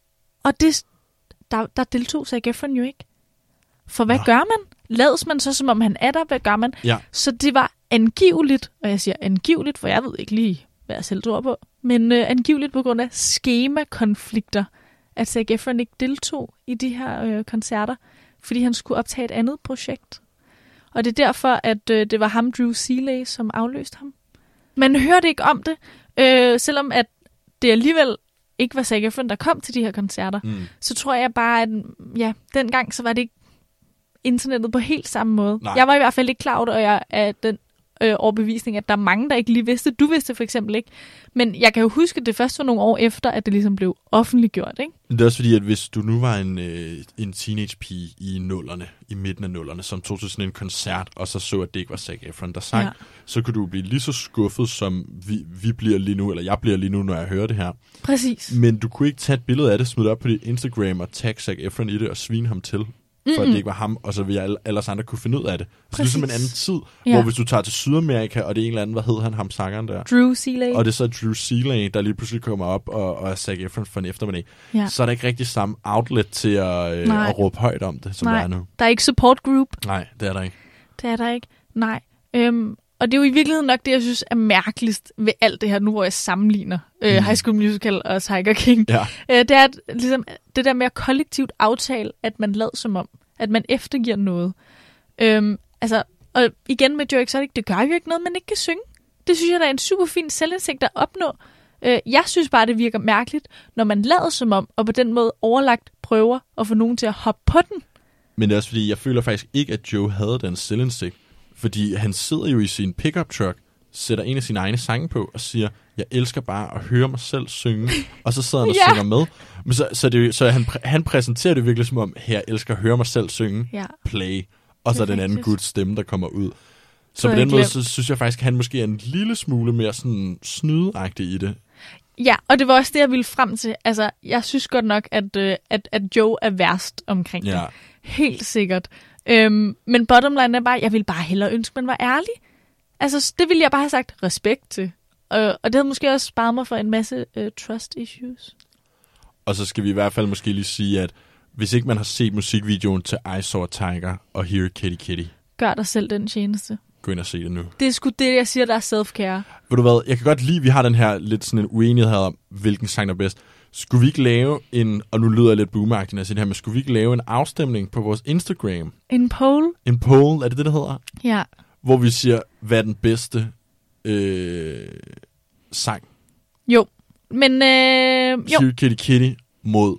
Og det, der, der deltog Zac Efron jo ikke. For hvad Nå. gør man? Lades man så, som om han er der? Hvad gør man? Ja. Så det var angiveligt, og jeg siger angiveligt, for jeg ved ikke lige, hvad jeg selv tror på, men øh, angiveligt på grund af skemakonflikter, at Zac Efron ikke deltog i de her øh, koncerter, fordi han skulle optage et andet projekt. Og det er derfor, at øh, det var ham, Drew Seeley, som afløste ham. Man hørte ikke om det, øh, selvom at det alligevel ikke var Zac Efron, der kom til de her koncerter. Mm. Så tror jeg bare, at ja, dengang så var det ikke internettet på helt samme måde. Nej. Jeg var i hvert fald ikke klar over det, og jeg er den øh, overbevisning, at der er mange, der ikke lige vidste. Du vidste for eksempel ikke. Men jeg kan jo huske, at det først var nogle år efter, at det ligesom blev offentliggjort, ikke? Det er også fordi, at hvis du nu var en, øh, en teenage-pige i nullerne, i midten af nullerne, som tog til sådan en koncert, og så så, at det ikke var Zac Efron, der sang, Ja. så kunne du blive lige så skuffet, som vi, vi bliver lige nu, eller jeg bliver lige nu, når jeg hører det her. Præcis. Men du kunne ikke tage et billede af det, smide det op på dit Instagram og tagge Zac Efron i det og svine ham til. for at det ikke var ham, og så ville alle, alle os andre kunne finde ud af det. Så Præcis. det er som en anden tid, Ja. hvor hvis du tager til Sydamerika, og det er en eller anden, hvad hed han, ham sangeren der? Drew Seeley. Og det er så Drew Seeley, der lige pludselig kommer op og, og er Zac Efron for en eftermiddag. Ja. Så er der ikke rigtig samme outlet til at, øh, Nej. at råbe højt om det, som Nej, der er nu. der er ikke support group. Nej, det er der ikke. Det er der ikke. Nej. Øhm, og det er jo i virkeligheden nok det, jeg synes er mærkeligst ved alt det her, nu hvor jeg sammenligner øh, Mm. High School Musical og Tiger King. Ja. Øh, det er at, ligesom, det der med at kollektivt aftale, at man lader som om, at man eftergiver noget. Øhm, altså, og igen med Joe Exotic, det gør jo ikke noget, man ikke kan synge. Det synes jeg, der er en super fin selvindsigt at opnå. Øh, jeg synes bare, det virker mærkeligt, når man lader som om, og på den måde overlagt prøver at få nogen til at hoppe på den. Men det er også fordi, jeg føler faktisk ikke, at Joe havde den selvindsigt. Fordi han sidder jo i sin pickup truck, sætter en af sine egne sange på og siger, jeg elsker bare at høre mig selv synge. Og så sidder han og Ja. synger med. Men så, så, det, er jo- så han, præ- han præsenterer det virkelig som om, her jeg elsker at høre mig selv synge. Ja. Play. Og så er Det er den anden rigtigt. guds stemme, der kommer ud. Så Så på jeg den måde, glemt. så synes jeg faktisk, at han måske er en lille smule mere sådan snydeagtig i det. Ja, og det var også det, jeg ville frem til. Altså, jeg synes godt nok, at, øh, at, at Joe er værst omkring Ja. det. Helt sikkert. Øhm, men bottom line er bare, jeg ville bare hellere ønske, man var ærlig. Altså, det ville jeg bare have sagt respekt til. Øh, og det havde måske også sparet mig for en masse øh, trust issues. Og så skal vi i hvert fald måske lige sige, at hvis ikke man har set musikvideoen til I Saw a Tiger og Here Kitty Kitty, Gør dig selv den tjeneste. gå ind og se det nu. Det er sgu det, jeg siger, der er self-care. Ved du hvad, jeg kan godt lide, at vi har den her lidt sådan en uenighed om, hvilken sang der er bedst. Skulle vi ikke lave en, og nu lyder jeg lidt boomeragtigt at sige det her, men skulle vi ikke lave en afstemning på vores Instagram? En poll? En poll, er det det, der hedder? Ja. Hvor vi siger, hvad er den bedste øh, sang? Jo. Men, øh, jo. Here Kitty Kitty mod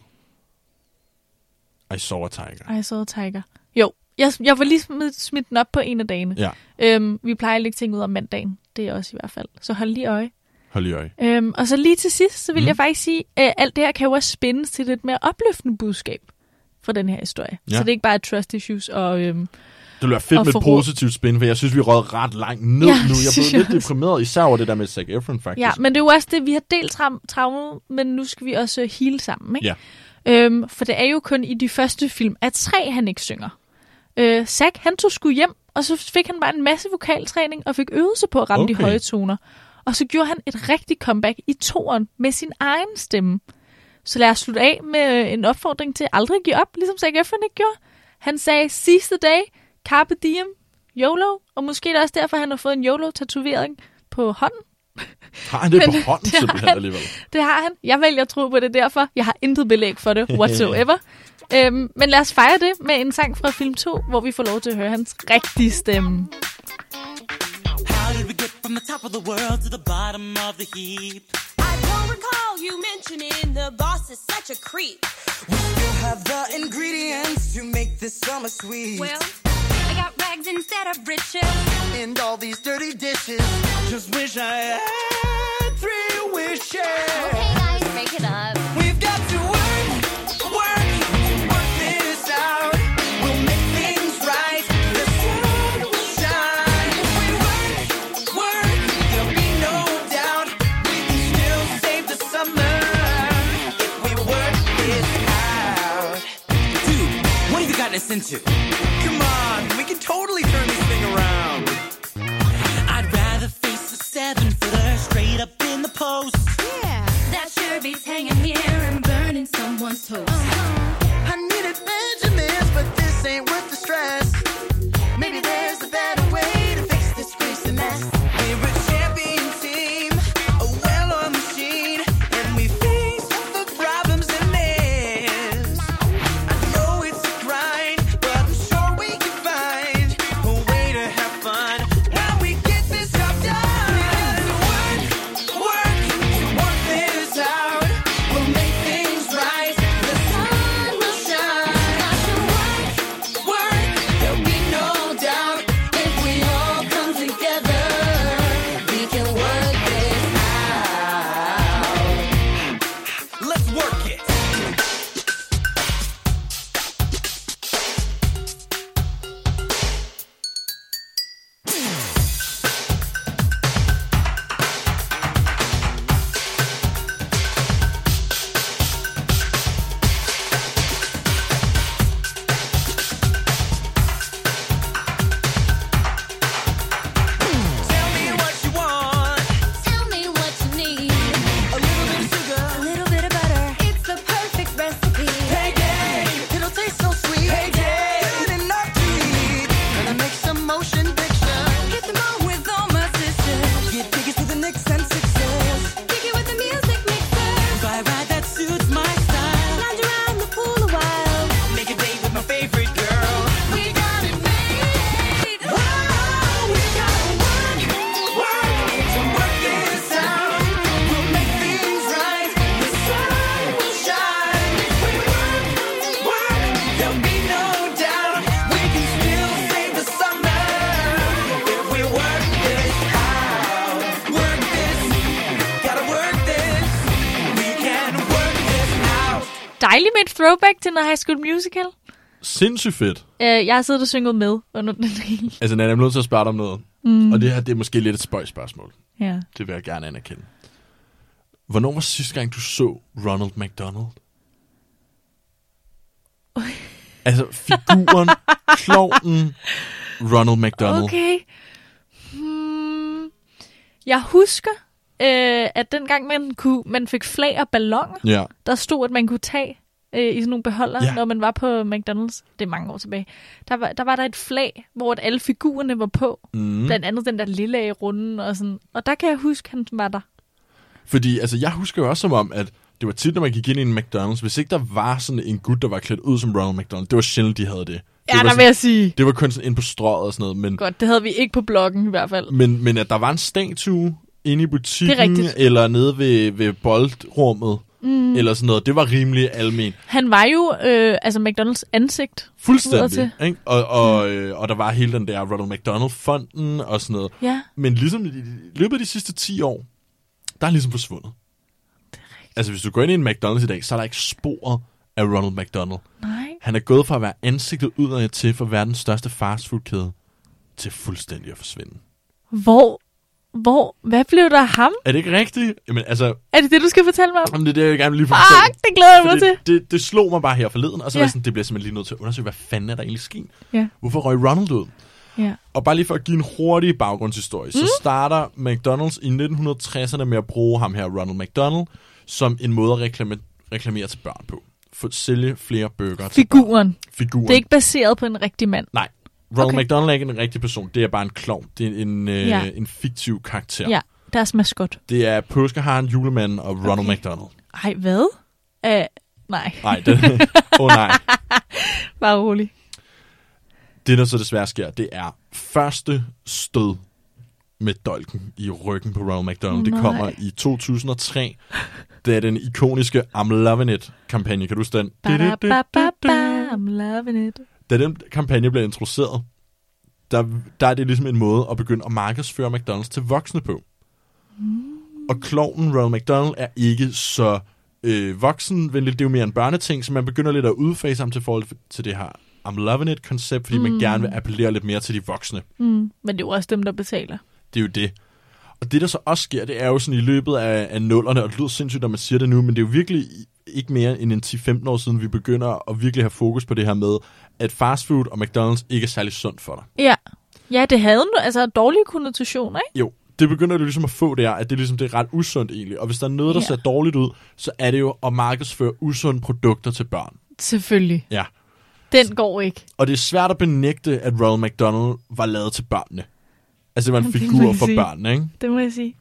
I Saw a Tiger. I Saw a Tiger. Jo. Jeg, jeg var lige smidt, smidt den op på en af dagene. Ja, Øhm, vi plejer at lægge ting ud om mandagen. Det er også i hvert fald. Så hold lige øje. hold i øje. Øhm, og så lige til sidst, så vil Mhm. mm. jeg faktisk sige, at alt det her kan jo også spændes til lidt mere opløftende budskab fra den her historie. Ja. Så det er ikke bare trust issues og... Øhm, Det ville være fedt Og med et forråd. positivt spin, for jeg synes, vi rød ret langt ned Ja, nu. Jeg synes blev jeg lidt også. deprimeret, især over det der med Zac Efron, faktisk. ja, men det er jo også det, vi har delt tra- traumet, men nu skal vi også øh, heal sammen, ikke? Ja. Øhm, for det er jo kun i de første film, at tre han ikke synger. Øh, Zac, han tog sgu hjem, og så fik han bare en masse vokaltræning, og fik øvet sig på at ramme okay. de Okay. høje toner. Og så gjorde han et rigtigt comeback i toeren med sin egen stemme. Så lad os slutte af med øh, en opfordring til at aldrig give op, ligesom Zac Efron ikke gjorde. Han sagde, sidste dag, carpe diem, YOLO, og måske er det også derfor, han har fået en YOLO-tatovering på hånden. Har han det Men på hånden det har simpelthen han. alligevel? Det har han. Jeg vælger at tro på det derfor. Jeg har intet belæg for det, whatsoever. øhm, men lad os fejre det med en sang fra film to, hvor vi får lov til at høre hans rigtige stemme. How did we get from the top of the world to the bottom of the heap? I don't recall you mentioning the boss is such a creep. We still have the ingredients to make this summer sweet. Well, I got rags instead of riches. And all these dirty dishes. Just wish I had three wishes. Okay, guys, break it up. We've got to work, work, work this out. We'll make things right. The sun will shine. If we work, work, there'll be no doubt. We can still save the summer if we work this out. Dude, what have you gotten us into? Come on, we can totally turn this thing around. I'd rather face a seven-footer straight up in the post. Yeah, that sure beats hanging here and burning someone's toast. I needed Benjamins, but this ain't worth the stress. Maybe there's a better way to fix this greasy mess. We're a champion team, a well-oiled machine, and we face the problems and mess. I know it's a grind, but dejligt med et throwback til noget High School Musical. Sindssygt fedt. Uh, jeg har siddet og synget med under den hele. Altså, jeg er nødt til at spørge dig om noget. Mm. Og det her, det er måske lidt et spøjsspørgsmål. Ja. Det vil jeg gerne anerkende. Hvornår var sidste gang, du så Ronald McDonald? Altså, figuren, klovnen, Ronald McDonald. Okay. Hmm. Jeg husker, øh, at dengang man, kunne, man fik flag og balloner, Ja. der stod, at man kunne tage øh, i sådan nogle beholder, Ja. når man var på McDonald's. Det er mange år tilbage. Der var der, var der et flag, hvor at alle figurerne var på. Mm. Blandt andet den der lille af runden og sådan. Og der kan jeg huske, han var der. Fordi, altså, jeg husker jo også som om, at det var tit, når man gik ind i en McDonald's, hvis ikke der var sådan en gut, der var klædt ud som Ronald McDonald, det var sjældent, de havde det. Det Ja, var der sådan, vil jeg sige. det var kun sådan ind på strøget og sådan noget, men, Godt, det havde vi ikke på bloggen i hvert fald. men, men at der var en statue inde i butikken, Det er rigtigt. eller nede ved, ved boldrummet, mm. eller sådan noget, det var rimelig almen. Han var jo øh, altså McDonald's ansigt. Fuldstændig. udadtil. Ikke? Og, og, øh, og der var hele den der Ronald McDonald-fonden og sådan noget. Ja. Men ligesom i løbet af de sidste ti år, der er ligesom forsvundet. Altså, hvis du går ind i en McDonald's i dag, så er der ikke spor af Ronald McDonald. Nej. Han er gået fra at være ansigtet udad til for verdens største fastfoodkæde til fuldstændig at forsvinde. Hvor, hvor, hvad blev der af ham? Er det ikke rigtigt? Jamen, altså, Er det det, du skal fortælle mig om? jamen, det er det, jeg gerne lige fortælle. Fuck, det glæder jeg mig til. det, det, det slog mig bare her forleden, og så Ja. var jeg sådan, det bliver jeg simpelthen lige nødt til at undersøge, hvad fanden er der egentlig sket? Ja. Hvorfor røg Ronald ud? Ja. Og bare lige for at give en hurtig baggrundshistorie, mm. så starter McDonald's i nitten tresserne med at bruge ham her, Ronald McDonald, som en måde at reklame, reklamere til børn på. For at sælge flere burger til børn. Figuren. Figuren. Det er ikke baseret på en rigtig mand. Nej, Ronald Okay. McDonald er ikke en rigtig person. Det er bare en klovn. Det er en, øh, Ja. en fiktiv karakter. Ja, deres maskot. Det er påskeharen, julemanden og Ronald Okay. McDonald. Ej, hvad? Uh, nej, Nej, det... Åh oh, nej. bare rolig. Det, der så desværre sker, det er første stød med dolken i ryggen på Ronald McDonald. Oh, det nej. kommer i to tusind og tre. Det er den ikoniske I'm Lovin' It-kampagne. Kan du huske den? Ba-da-ba-ba-ba, I'm loving it. Da den kampagne blev introduceret, der, der er det ligesom en måde at begynde at markedsføre McDonald's til voksne på. Mm. Og klovnen Ronald McDonald er ikke så øh, voksenvenligt. Det er jo mere en børneting, så man begynder lidt at udfase ham til forhold til det her I'm Lovin' It-koncept, fordi mm. man gerne vil appellere lidt mere til de voksne. Mm. Men det er jo også dem, der betaler. Det er jo det. Og det, der så også sker, det er jo sådan i løbet af, af nullerne, og det lyder sindssygt, når man siger det nu, men det er jo virkelig ikke mere end en ti til femten år siden, vi begynder at virkelig have fokus på det her med, at fastfood og McDonald's ikke er særlig sundt for dig. Ja. Ja, det havde en altså, dårlige konnotationer, ikke? Jo, det begynder du ligesom at få der, at det, ligesom, det er ret usundt egentlig. Og hvis der er noget, der Ja. ser dårligt ud, så er det jo at markedsføre usunde produkter til børn. Selvfølgelig. Ja. Den går ikke. Og det er svært at benægte, at Ronald McDonald var lavet til børnene. Altså, det var en Det må figur jeg for sige. børnene, ikke? Det må jeg sige.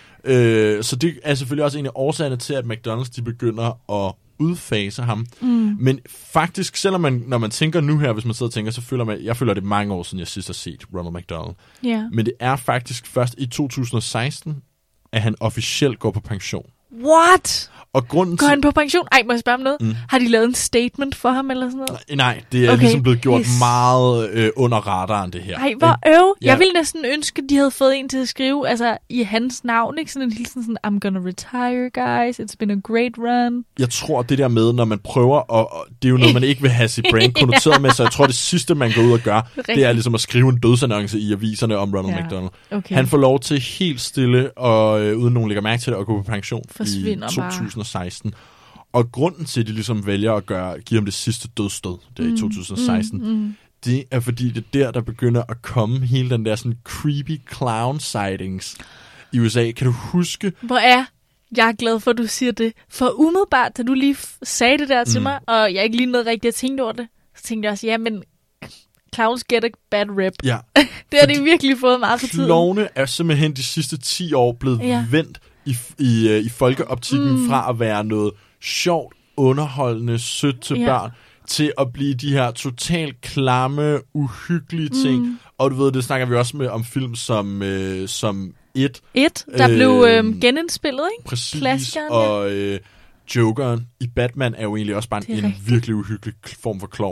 Øh, så det er selvfølgelig også en af årsagerne til, at McDonald's de begynder at udfase ham. Mm. Men faktisk, selvom man, når man tænker nu her, hvis man sidder og tænker, så føler man, jeg føler det er mange år siden, jeg sidst har set Ronald McDonald. Ja. Men det er faktisk først i to tusind og seksten, at han officielt går på pension. What? Og grunden Går til... han på pension? Ej, må jeg spørge om noget? Mm. Har de lavet en statement for ham eller sådan noget? Nej, det er Okay, ligesom blevet gjort yes. meget øh, under radaren, det her. Ej, hvor øv. Ja. Jeg ville næsten ønske, at de havde fået en til at skrive, altså i hans navn, ikke? Sådan en hilsen sådan, I'm gonna retire, guys. It's been a great run. Jeg tror, det der med, når man prøver, og, og det er jo noget, man ikke vil have sit brand konnoteret med, så jeg tror, det sidste, man går ud og gør, det er ligesom at skrive en dødsannonce i aviserne om Ronald Ja. McDonald. Okay. Han får lov til helt stille, og øh, uden nogen lægger mærke til det, at gå på pension Forsvinder i bare. to tusind og seksten. Og grunden til, at de ligesom vælger at gøre, give ham det sidste dødsstød der mm, i to tusind og seksten, mm, mm. det er fordi, det er der, der begynder at komme hele den der sådan creepy clown sightings i U S A. Kan du huske? Hvor er jeg er glad for, at du siger det. For umiddelbart, da du lige f- sagde det der til Mm. mig, og jeg ikke lige noget rigtigt at tænke over det, så tænkte jeg også, ja, men clowns get a bad rep. Ja, Det har de virkelig fået meget for tiden. klovne er simpelthen de sidste ti år blevet Ja. ja. vendt i, i, øh, i folkeoptikken mm. fra at være noget sjovt, underholdende, sødt til Ja. børn, til at blive de her totalt klamme, uhyggelige ting. Mm. Og du ved, det snakker vi også med om film som, øh, som It. Et, der Øh, blev øh, genindspillet, ikke? Præcis, Klassikeren, ja. og øh, Jokeren i Batman er jo egentlig også bare Det er en rigtigt. virkelig uhyggelig k- form for klovn.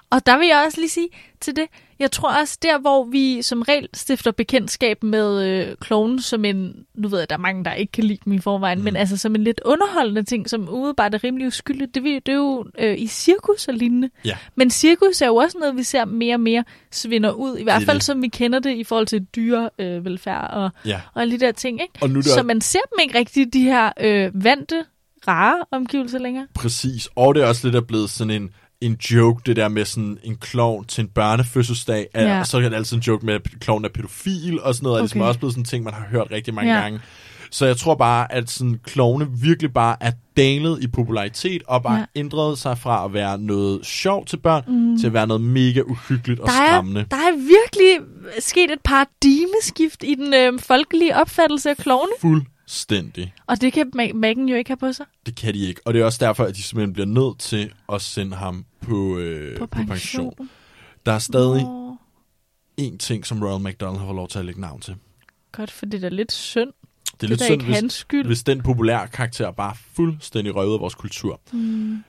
Og der vil jeg også lige sige til det, jeg tror også der, hvor vi som regel stifter bekendtskab med øh, klovnen som en, nu ved jeg, der er mange, der ikke kan lide dem i forvejen, mm. men altså som en lidt underholdende ting, som udebart er rimelig uskyldigt, det, det er jo øh, i cirkus og lignende. Ja. Men cirkus er jo også noget, vi ser mere og mere svinder ud, i hvert fald som vi kender det i forhold til dyrevelfærd øh, velfærd og, Ja. og alle de der ting. Ikke? Og nu er det Så også- man ser dem ikke rigtig, de her øh, vante, rare omgivelser længere. Præcis. Og det er også lidt er blevet sådan en, en joke, det der med sådan en klovn til en børnefødselsdag. Ja. Og så er det altid en joke med, at klovnen er pædofil og sådan noget. Okay. Det er Okay. også blevet sådan en ting, man har hørt rigtig mange Ja. gange. Så jeg tror bare, at sådan klovne virkelig bare er dalet i popularitet og bare Ja. ja. ændret sig fra at være noget sjovt til børn, mm. til at være noget mega uhyggeligt og Der er, skræmmende. der er virkelig sket et paradigmeskift i den øh, folkelige opfattelse af klovne, Fuldstændig. og det kan Ma- Meghan jo ikke have på sig. Det kan de ikke. Og det er også derfor, at de simpelthen bliver nødt til at sende ham på, øh, På på pension. pension. Der er stadig Åh, én ting, som Royal McDonald har fået lov til at lægge navn til. godt, for det er da lidt synd. Det er Det er lidt da synd, ikke hvis, hans skyld. hvis den populære karakter bare er fuldstændig røvet af vores kultur. Mm.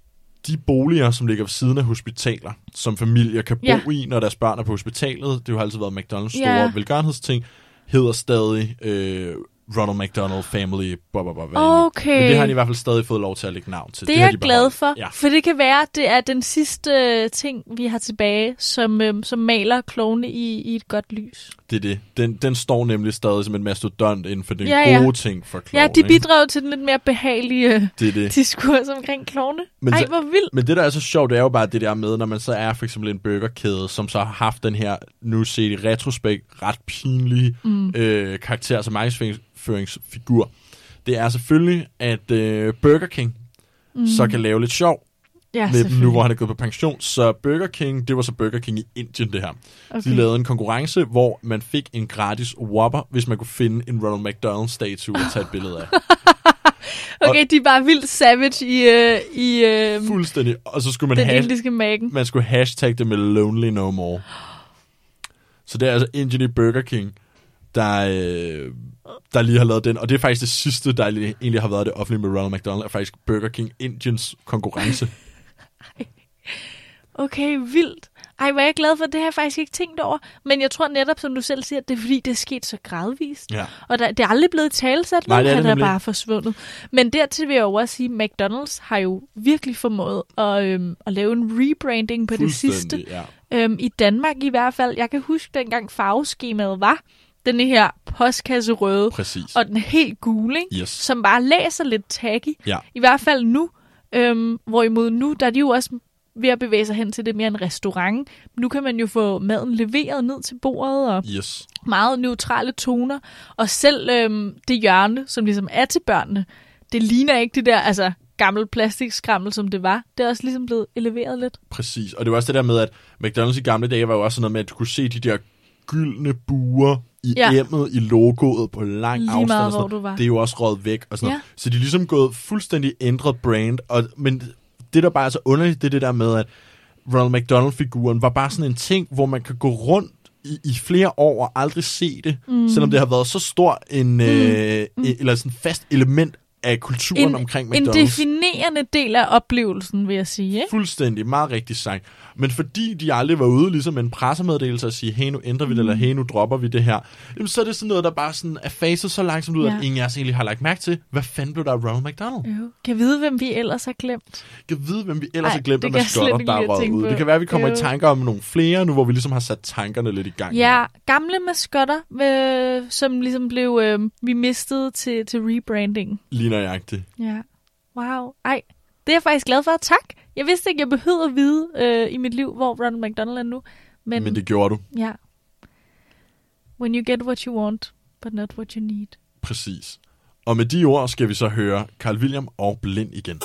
De boliger, som ligger ved siden af hospitaler, som familier kan bo Ja. i, når deres børn er på hospitalet, det har jo altid været McDonald's store Ja. velgørenhedsting, hedder stadig øh, Ronald McDonald Family, blah, blah, blah, hvad Okay. end. Men det har han i hvert fald stadig fået lov til at lægge navn til. Det er har jeg de glad beholdt. for, Ja. for det kan være, at det er den sidste øh, ting, vi har tilbage, som, øh, som maler klovne i, i et godt lys. Det er det. Den, den står nemlig stadig som en mastodont inden for den Ja, ja. gode ting for klovn. Ja, de ikke? bidrager til den lidt mere behagelige øh, Det er det. diskurs omkring klovne. Men Ej, så- hvor vildt. Men det, der er så sjovt, det er jo bare det der med, når man så er for eksempel en burgerkæde, som så har haft den her, nu set i retrospekt, ret pinlige mm. øh, karakter som markedsføringsfigur. Det er selvfølgelig, at øh, Burger King mm. så kan lave lidt sjov Ja, med dem nu, hvor han er gået på pension. Så Burger King, det var så Burger King i Indien, det her. Okay. De lavede en konkurrence, hvor man fik en gratis Whopper, hvis man kunne finde en Ronald McDonald-statue at tage et billede af. Okay, de er bare vildt savage i, øh, i øh, Fuldstændig. Og så skulle man den have... indiske Meghan. Man skulle hashtag det med Lonely No More. Så det er altså Indian Burger King, der, øh, der lige har lavet den. Og det er faktisk det sidste, der egentlig har været det offentlige med Ronald McDonald, er faktisk Burger King Indiens konkurrence. Okay, vildt. Ej, hvor er jeg glad for, det har jeg faktisk ikke tænkt over. Men jeg tror netop, som du selv siger, det er fordi, det er sket så gradvist. Ja. Og der, det er aldrig blevet talsat, Nej, men det er han det er nemlig bare forsvundet. Men dertil vil jeg jo også sige, at McDonald's har jo virkelig formået at, øhm, at lave en rebranding på det sidste. Fuldstændig, ja. Øhm, I Danmark i hvert fald. Jeg kan huske, dengang farveskemaet var den her postkasse røde, Præcis. og den helt gule, ikke? Yes. Som bare læser lidt tacky. Ja. I hvert fald nu. Øhm, hvorimod nu, der er de jo også ved at bevæge sig hen til det mere en restaurant. Nu kan man jo få maden leveret ned til bordet, og Yes. meget neutrale toner. Og selv øhm, det hjørne, som ligesom er til børnene, det ligner ikke det der altså, gammel plastikskrammel, som det var. Det er også ligesom blevet eleveret lidt. Præcis. Og det var også det der med, at McDonald's i gamle dage var jo også sådan noget med, at du kunne se de der gyldne buer i Ja. emmet i logoet på lang Lige afstand. meget, og sådan hvor noget. du var. Det er jo også røget væk. Og sådan Ja. noget. Så de er ligesom gået fuldstændig ændret brand. Og, men det, der bare er så underligt, det er det der med, at Ronald McDonald-figuren var bare sådan en ting, hvor man kan gå rundt i, i flere år og aldrig se det, mm. selvom det har været så stor en, mm. øh, mm. eller sådan fast element af kulturen En, omkring en McDonald's. definerende del af oplevelsen, vil jeg sige. Ikke? Fuldstændig, meget rigtigt sagt. Men fordi de aldrig var ude ligesom med en pressemeddelelse og sige, hey, nu ændrer vi det, eller hey, nu dropper vi det her, jamen, så er det sådan noget, der bare sådan er faset så langsomt ud, Ja. at ingen af os egentlig har lagt mærke til, hvad fanden blev der af Ronald McDonald? Jo. Kan jeg vide, hvem vi ellers har glemt? Jeg kan vide, hvem vi ellers Ej, har glemt, det at kan jeg slet maskotter, ikke der er lige at røget tænke ud. på. Det kan være, at vi kommer Jo. i tanker om nogle flere, nu hvor vi ligesom har sat tankerne lidt i gang. Ja, gamle maskotter, øh, som ligesom blev, øh, vi mistede til, til rebranding. Lige nøjagtigt. Ja. Wow. Ej, det er jeg faktisk glad for. Tak. Jeg vidste ikke, jeg behøvede at vide øh, i mit liv, hvor Ronald McDonald er nu. Men, Men det gjorde du. ja. When you get what you want, but not what you need. Præcis. Og med de ord skal vi så høre Carl William og Blind igen.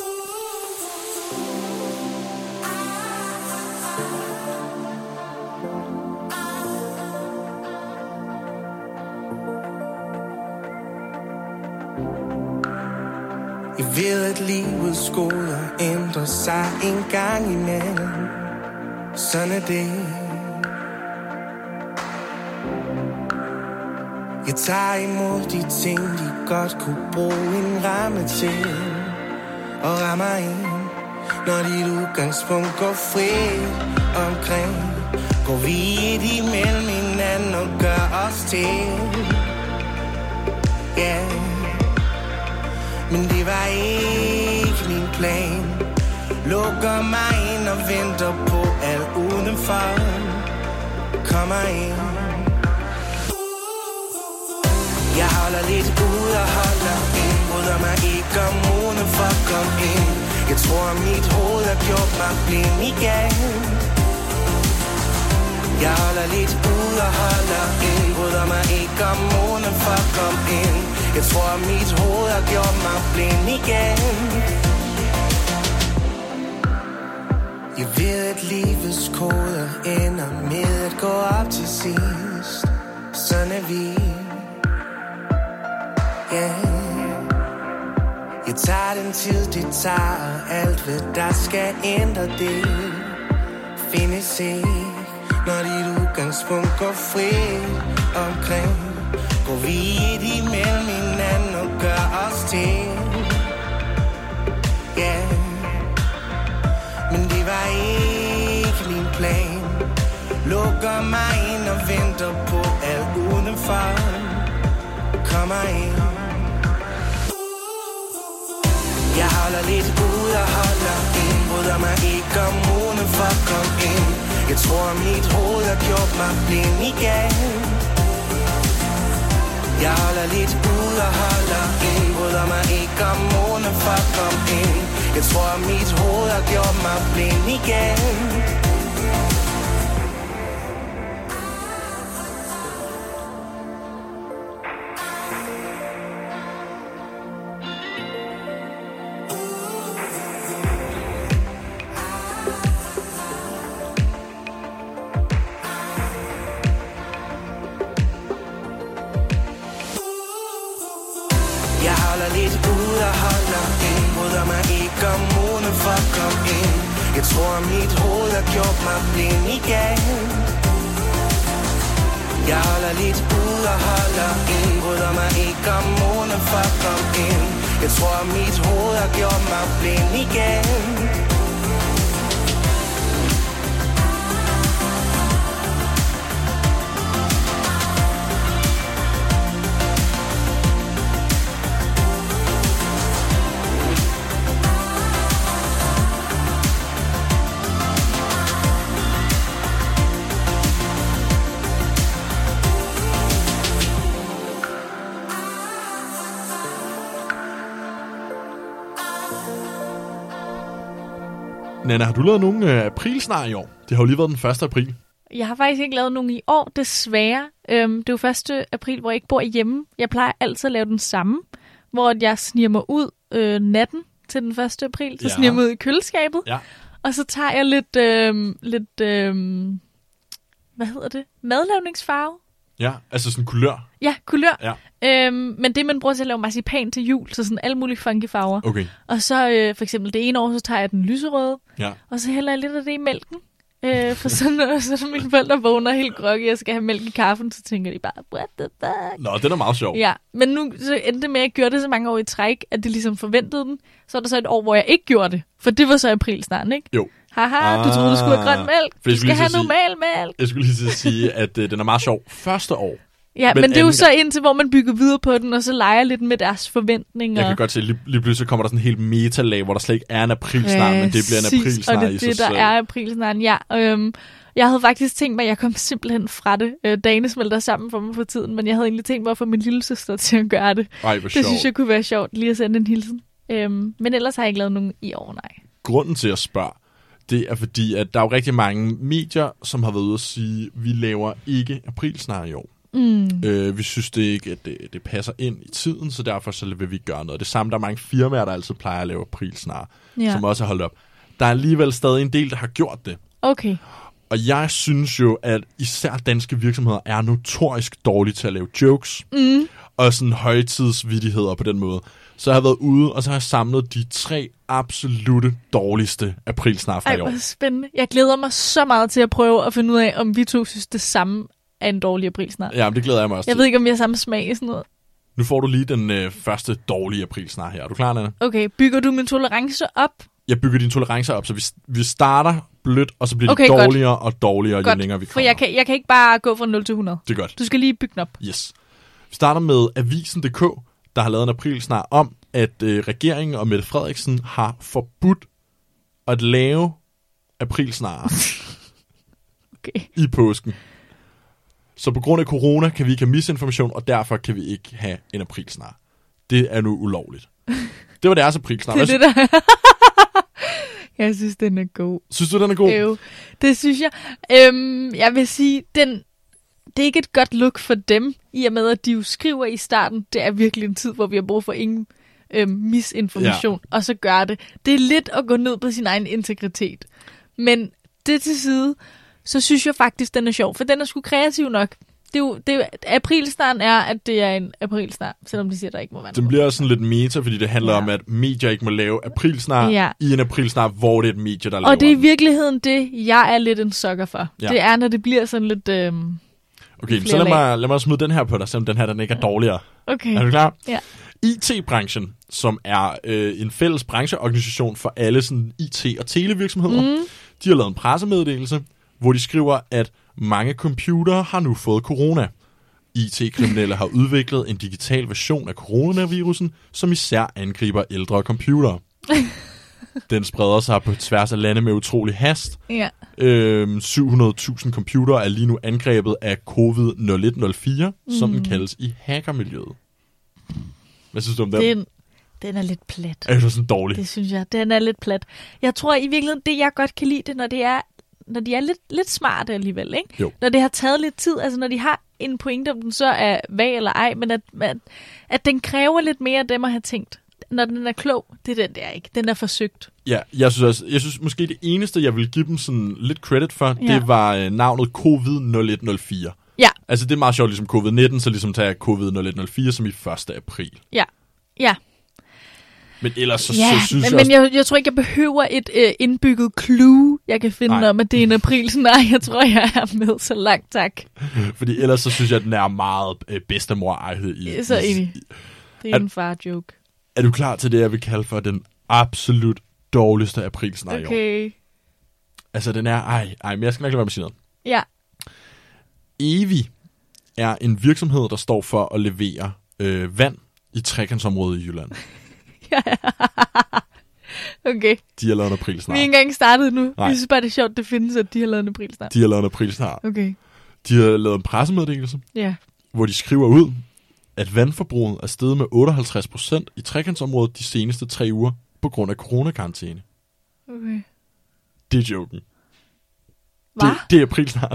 Jeg ved, at livets goder ændrer sig en gang imellem. Sådan er det. Jeg tager imod de ting, de godt kunne bruge en ramme til. Og rammer ind når dit udgangspunkt går fri omkring. Går vi et imellem hinanden og gør os til. Ja, yeah. Men det var ikke min plan. Lukker mig ind og venter på alt udenfor. Kommer ind. Jeg holder lidt ud og holder ind. Bryder mig ikke om uden for at komme ind. Jeg tror mit hoved har gjort mig blind igen. Jeg holder lidt ud og holder ind. Bryder mig ikke om uden for at komme ind. Jeg tror mit hoved har gjort mig blind igen. Jeg ved at livets koder ender med at gå op til sidst. Sådan er vi. Yeah. Jeg tager den tid det tager, og alt hvad der skal ændre det findes ikke, når dit udgangspunkt går fri omkring. Går vi et imellem hinanden og gør os til. Yeah. Men det var ikke min plan. Lukker mig ind og venter på alt udenfor. Kommer ind. Jeg holder lidt ud og holder ind. Bryder mig ikke om uden for at komme ind. Jeg tror mit hoved har gjort mig blind igen. Jeg holder lidt ud og holder ind. Bryder mig ikke om uden for at komme ind. Jeg tror mit hoved har gjort mig blind igen. Jeg tror mit hoved har gjort mig blind igen. Jeg holder lidt ud og holder ind. Bryder mig ikke om månen for at komme ind. Jeg tror mit hoved har gjort mig blind igen. Nanna, har du lavet nogen øh, aprilsnar i år? Det har jo lige været den første april. Jeg har faktisk ikke lavet nogen i år, desværre. Øhm, det er jo første april, hvor jeg ikke bor hjemme. Jeg plejer altid at lave den samme, hvor jeg sniger mig ud øh, natten til den første april. Så Ja. sniger jeg mig ud i køleskabet, Ja. og så tager jeg lidt, øh, lidt øh, hvad hedder det? Madlavningsfarve. Ja, altså sådan kulør. Ja, kulør. Ja. Øhm, men det, man bruger til at lave marcipan til jul, så sådan alle mulige funky farver. Okay. Og så øh, for eksempel det ene år, så tager jeg den lyserøde, Ja. og så hælder jeg lidt af det i mælken. Øh, for sådan noget, så når mine forældre vågner helt groggy, og skal have mælk i kaffen, så tænker de bare, what the fuck? Nå, det er meget sjovt. Ja, men nu så endte det med, at jeg gjorde det så mange år i træk, at det ligesom forventede den. Så er der så et år, hvor jeg ikke gjorde det, for det var så april snart, ikke? Jo. Haha, du troede, du skulle have grøn mælk. For jeg Du skulle skal lige til have at sige- normal mælk. Jeg skulle lige til at sige, at øh, den er meget sjov første år. Ja, men, Men men det er jo anden så indtil, hvor man bygger videre på den, og så leger lidt med deres forventninger. Jeg kan godt se, lige, lige pludselig kommer der sådan en helt metalag, hvor der slet ikke er en aprilsnar, men det bliver en Præcis, aprilsnar og det i er sig det, der selv. er aprilsnaren, ja. Øhm, jeg havde faktisk tænkt mig, at jeg kom simpelthen fra det. Øh, dagene smelter sammen for mig for tiden, men jeg havde egentlig tænkt mig at få min lille søster til at gøre det. Ej, hvor Det sjovt. synes jeg kunne være sjovt, lige at sende en hilsen. Øhm, men ellers har jeg ikke lavet nogen i år, nej. Grunden til at spørge, det er fordi, at der er jo rigtig mange medier, som har været ude at sige, vi laver ikke aprilsnar i år. Mm. Øh, vi synes det ikke, at det, det passer ind i tiden, så derfor så vil vi gøre noget. Det samme, der er mange firmaer, der altid plejer at lave aprilsnar, Ja. som også har holdt op. Der er alligevel stadig en del, der har gjort det. Okay. Og jeg synes jo, at især danske virksomheder er notorisk dårlige til at lave jokes. Mm. Og sådan højtidsvittigheder på den måde. Så jeg har været ude, og så har jeg samlet de tre absolutte dårligste aprilsnar fra Ej, i år. hvor spændende. Jeg glæder mig så meget til at prøve at finde ud af, om vi to synes, det samme er en dårlig aprilsnar. Ja, men det glæder jeg mig også Jeg til. ved ikke, om vi har samme smag i sådan noget. Nu får du lige den øh, første dårlige aprilsnar her. Er du klar, Nanna? Okay, bygger du min tolerance op? jeg bygger dine tolerancer op, så vi, vi starter blødt, og så bliver Okay, det godt. dårligere og dårligere, Godt, jo længere vi kommer. for jeg kan, jeg kan ikke bare gå fra nul til hundrede. Det er godt. Du skal lige bygge den op. Yes. Vi starter med Avisen punktum d k, der har lavet en aprilsnar om, at øh, regeringen og Mette Frederiksen har forbudt at lave aprilsnarer Okay. i påsken. Så på grund af corona kan vi ikke have misinformation, og derfor kan vi ikke have en aprilsnar. Det er nu ulovligt. Det var deres aprilsnar. Det er Hvad det, der... Jeg synes, den er god. Synes du, den er god? Øv. Det synes jeg. Øhm, jeg vil sige, den, det er ikke et godt look for dem, i og med, at de jo skriver i starten, det er virkelig en tid, hvor vi har brug for ingen øhm, misinformation, ja. Og så gør det. Det er lidt at gå ned på sin egen integritet. Men det til side, så synes jeg faktisk, den er sjov, for den er sgu kreativ nok. Det er jo, det er jo, aprilsnaren er, at det er en aprilsnar, selvom de siger, der ikke må være Den noget. bliver også sådan lidt meta, fordi det handler Ja. om, at medier ikke må lave aprilsnar Ja. i en aprilsnar, hvor det er et medie, der laver Og det er i den. virkeligheden det, jeg er lidt en sukker for. Ja. Det er, når det bliver sådan lidt... Øhm, Okay, flere så lad lag. mig, lad mig smide den her på dig, selvom den her den ikke er dårligere. okay. Er du klar? Ja. I T-branchen, som er øh, en fælles brancheorganisation for alle sådan I T- og televirksomheder, mm. de har lavet en pressemeddelelse, hvor de skriver, at mange computere har nu fået corona. I T-kriminelle har udviklet en digital version af coronavirusen, som især angriber ældre computere. Den spreder sig på tværs af lande med utrolig hast. Ja. Øhm, syv hundrede tusind computere er lige nu angrebet af covid nul et nul fire, mm. som den kaldes i hackermiljøet. Hvad synes du om den? Den, den er lidt plat. Er det sådan dårlig? Det synes jeg. Den er lidt plat. Jeg tror i virkeligheden, det jeg godt kan lide, det når det er, når de er lidt, lidt smarte alligevel, ikke? Jo. Når det har taget lidt tid, altså når de har en pointe, om den så er vag eller ej, men at, at, at den kræver lidt mere af dem at have tænkt. Når den er klog, det er den der ikke. Den er forsøgt. Ja, jeg synes også, jeg synes måske det eneste, jeg vil give dem sådan lidt credit for, Ja. det var øh, navnet covid nul et nul fire. Ja, Altså det er meget sjovt, ligesom covid nitten, så ligesom tager jeg covid nul et nul fire som i første april. ja, ja. Men ellers så, Ja, så synes men, jeg men også, jeg, jeg tror ikke, jeg behøver et øh, indbygget clue, jeg kan finde Nej. om, at det er en april. Så nej, jeg tror, jeg er med så langt, tak. fordi ellers så synes jeg, at den er meget øh, bedstemor-ejet i. Jeg er så i- enig. Det er At- en far-joke. Er du klar til det, jeg vil kalde for den absolut dårligste aprilsnar i år? Okay. Altså den er, ej, ej, men jeg skal nok lade være med at sige noget. Ja. Evi er en virksomhed, der står for at levere øh, vand i trekantsområdet i Jylland. Okay. De har lavet en Vi aprilsnar. er ikke engang startet nu. Nej. Jeg synes bare, det er sjovt, det findes, at de har lavet en april snart. De har lavet en aprilsnar. Okay. De har lavet en pressemeddelelse, Ja. hvor de skriver ud, at vandforbruget er steget med otteoghalvtreds procent i trekantsområdet de seneste tre uger på grund af coronakarantæne. Okay. Det er joken. Hvad? Det, det er aprilsnaren.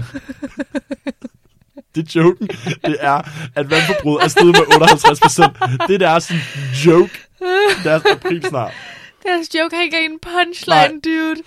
Det er joken. Det er, at vandforbruget er steget med otteoghalvtreds procent. Det er deres sådan, joke. Deres aprilsnar. Deres joke har ikke en punchline, Nej. dude.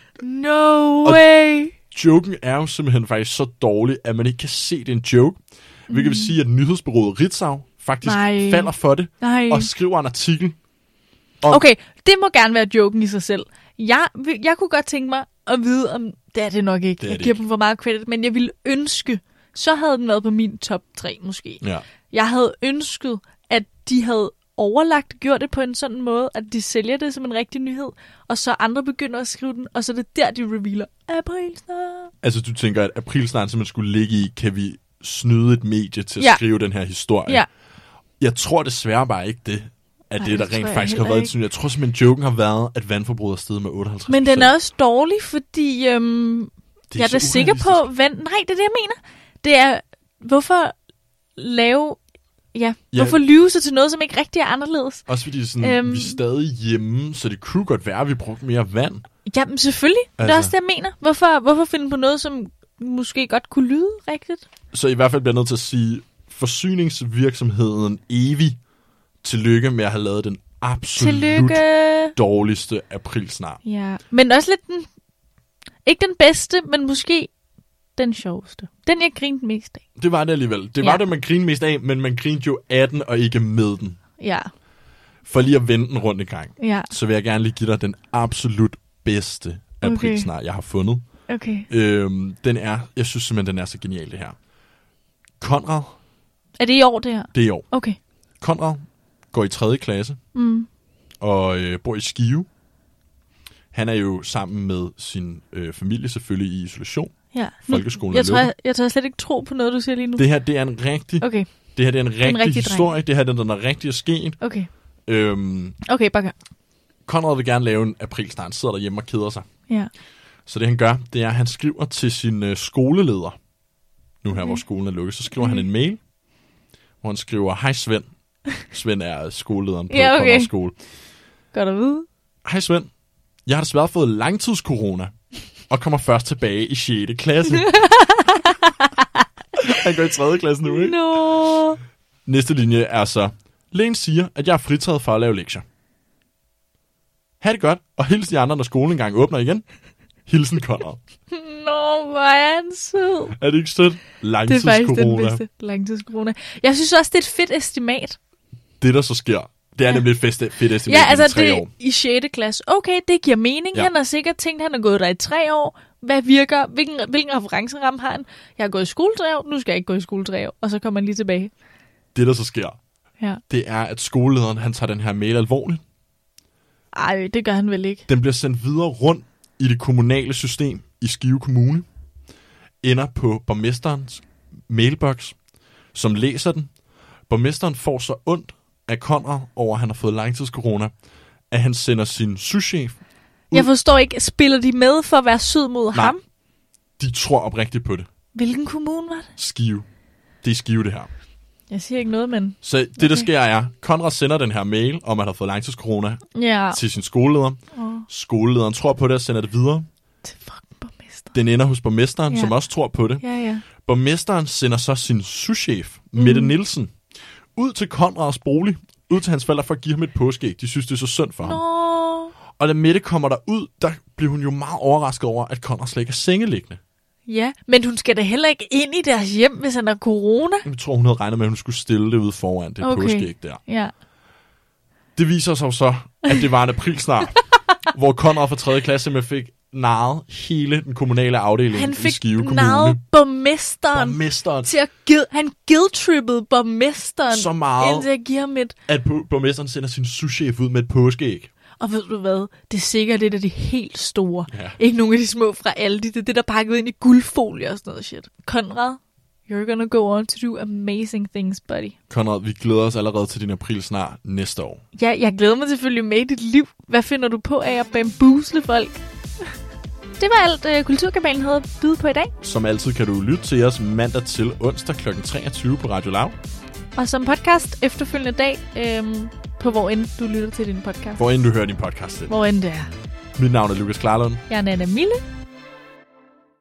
No way. Joken er jo simpelthen faktisk så dårlig, at man ikke kan se, det er en joke. Hvilket vil sige, at nyhedsbureauet Ritzau faktisk Nej. falder for det, Nej. og skriver en artikel. om- Okay, det må gerne være joken i sig selv. Jeg, vil- jeg kunne godt tænke mig at vide, om det er det nok ikke. Det er Jeg det giver ikke. dem for meget credit, men jeg ville ønske, så havde den været på min top tre måske. Ja. Jeg havde ønsket, at de havde overlagt, gjort det på en sådan måde, at de sælger det som en rigtig nyhed, og så andre begynder at skrive den, og så er det der, de revealer, april snart. Altså, du tænker, at aprilsnaren simpelthen skulle ligge i, kan vi snyde et medie til at Ja. skrive den her historie? Ja. Jeg tror desværre bare ikke det, at Nej, det, der det tror rent jeg faktisk har heller været ikke. et Jeg tror simpelthen, joken har været, at vandforbruget er steget med otteoghalvtreds procent. Men den er også dårlig, fordi øhm, Det er jeg er så da sikker på, urealistisk. vand... Nej, det er det, jeg mener. Det er, hvorfor lave... Ja, Ja. hvorfor lyve sig til noget, som ikke rigtig er anderledes? Også fordi sådan, Øhm. vi er stadig hjemme, så det kunne godt være, at vi brugte mere vand. Jamen selvfølgelig, altså. Det er Altså. også det, jeg mener. Hvorfor, hvorfor finde på noget, som måske godt kunne lyde rigtigt? Så i hvert fald bliver jeg nødt til at sige, forsyningsvirksomheden Evi, tillykke med at have lavet den absolut Tillykke. dårligste aprilsnar. Ja, men også lidt den... Ikke den bedste, men måske den sjoveste. Den, jeg grinte mest af. Det var det alligevel. Det var Ja. det, man grinede mest af, men man grinede jo af den og ikke med den. Ja, For lige at vende den rundt i gang, ja, så vil jeg gerne lige give dig den absolut bedste Okay. aprilsnar, jeg har fundet. okay. Øhm, den er, jeg synes simpelthen, den er så genial, det her. Konrad, Er det i år, det her? det er i år. Okay. Konrad går i tredje klasse Mm. og øh, bor i Skive. Han er jo sammen med sin øh, familie selvfølgelig i isolation. Ja. Folkeskolen jeg er tror, lukket. jeg, jeg tør slet ikke tro på noget, du siger lige nu. Det her, det er en rigtig, Okay, det her, det er en rigtig, en rigtig historie. Det her, det er den rigtige sket. okay. Øhm, Okay, bare gør. Conrad vil gerne lave en aprilsnar. Han sidder derhjemme og keder sig. Ja. Så det han gør, det er, at han skriver til sin øh, skoleleder. Nu her, hvor skolen er lukket, så skriver Okay. han en mail, hvor han skriver, hej Svend. Svend er skolelederen på Ja, okay. Conrads skole. Godt at vide. Hej Svend. Jeg har desværre fået langtidscorona, og kommer først tilbage i sjette klasse. Han går i tredje klasse nu, ikke? Nå. Næste linje er så, lægen siger, at jeg er fritaget for at lave lektier. Ha' det godt, og hils de andre, når skolen engang åbner igen. Hilsen Conrad. Nå, hvor er han sød. Er det ikke sødt? Det er Langtidscorona. faktisk den bedste langtidscorona. Jeg synes også, det er et fedt estimat. Det, der så sker, det er Ja. nemlig et fedt, fedt estimat Ja, i de altså tre det år. i sjette klasse. Okay, det giver mening. Ja. Ja. Han har sikkert tænkt, at han har gået der i tre år. Hvad virker? Hvilken, hvilken referenceramme har han? Jeg har gået i skole tre år, nu skal jeg ikke gå i skole tre år. Og så kommer han lige tilbage. Det, der så sker, Ja. det er, at skolelederen han tager den her mail alvorligt. Ej, det gør han vel ikke. Den bliver sendt videre rundt i det kommunale system i Skive Kommune. Ender på borgmesterens mailbox, som læser den. Borgmesteren får så ondt af Conrad over, at han har fået langtidscorona, at han sender sin souschef. Jeg forstår ikke, spiller de med for at være sød mod Nej. ham? De tror oprigtigt på det. Hvilken kommune var det? Skive. Det er Skive, det her. Jeg siger ikke noget, men... Så det, der Okay. sker, er, Conrad sender den her mail om, at han har fået langtidscorona Ja. til sin skoleleder. Åh, Skolelederen tror på det og sender det videre. til fucking borgmester. Den ender hos borgmesteren, Ja. som også tror på det. Ja, ja. Borgmesteren sender så sin souschef, Mette Mm. Nielsen, ud til Conrads bolig, ud til hans forældre for at give ham et påskeæg. De synes, det er så synd for ham. Nå. Og da Mette kommer der ud, der bliver hun jo meget overrasket over, at Conrad slet ikke er sengeliggende. Ja, men hun skal da heller ikke ind i deres hjem, hvis han har corona. Jeg tror, hun havde regnet med, at hun skulle stille det ude foran det Okay. påskeæg der. Ja. Det viser sig jo så, at det var en aprilsnar, hvor Conrad fra tredje klasse med fik narret hele den kommunale afdeling Han i fik Skive Kommune. narret borgmesteren Borgmesteren til at give... Han guilt-trippede borgmesteren så meget, indtil at give ham et... at bo- borgmesteren sender sin souschef ud med et påskeæg. Og ved du hvad? Det er sikkert et af de helt store. Ja. Ikke nogen af de små fra Aldi. Det er det, der er pakket ind i guldfolie og sådan noget shit. Conrad, you're gonna go on to do amazing things, buddy. Conrad, vi glæder os allerede til din aprilsnar næste år. Ja, jeg glæder mig selvfølgelig med i dit liv. Hvad finder du på af at bambusle folk? Det var alt, uh, Kulturkabalen havde at byde på i dag. Som altid kan du lytte til os mandag til onsdag klokken treogtyve på Radio Lav. Og som podcast efterfølgende dag, øhm, på hvor end du lytter til din podcast. Hvor end du hører din podcast til. Hvor end det er. Mit navn er Lukas Klarlund. Jeg er Nana Mille.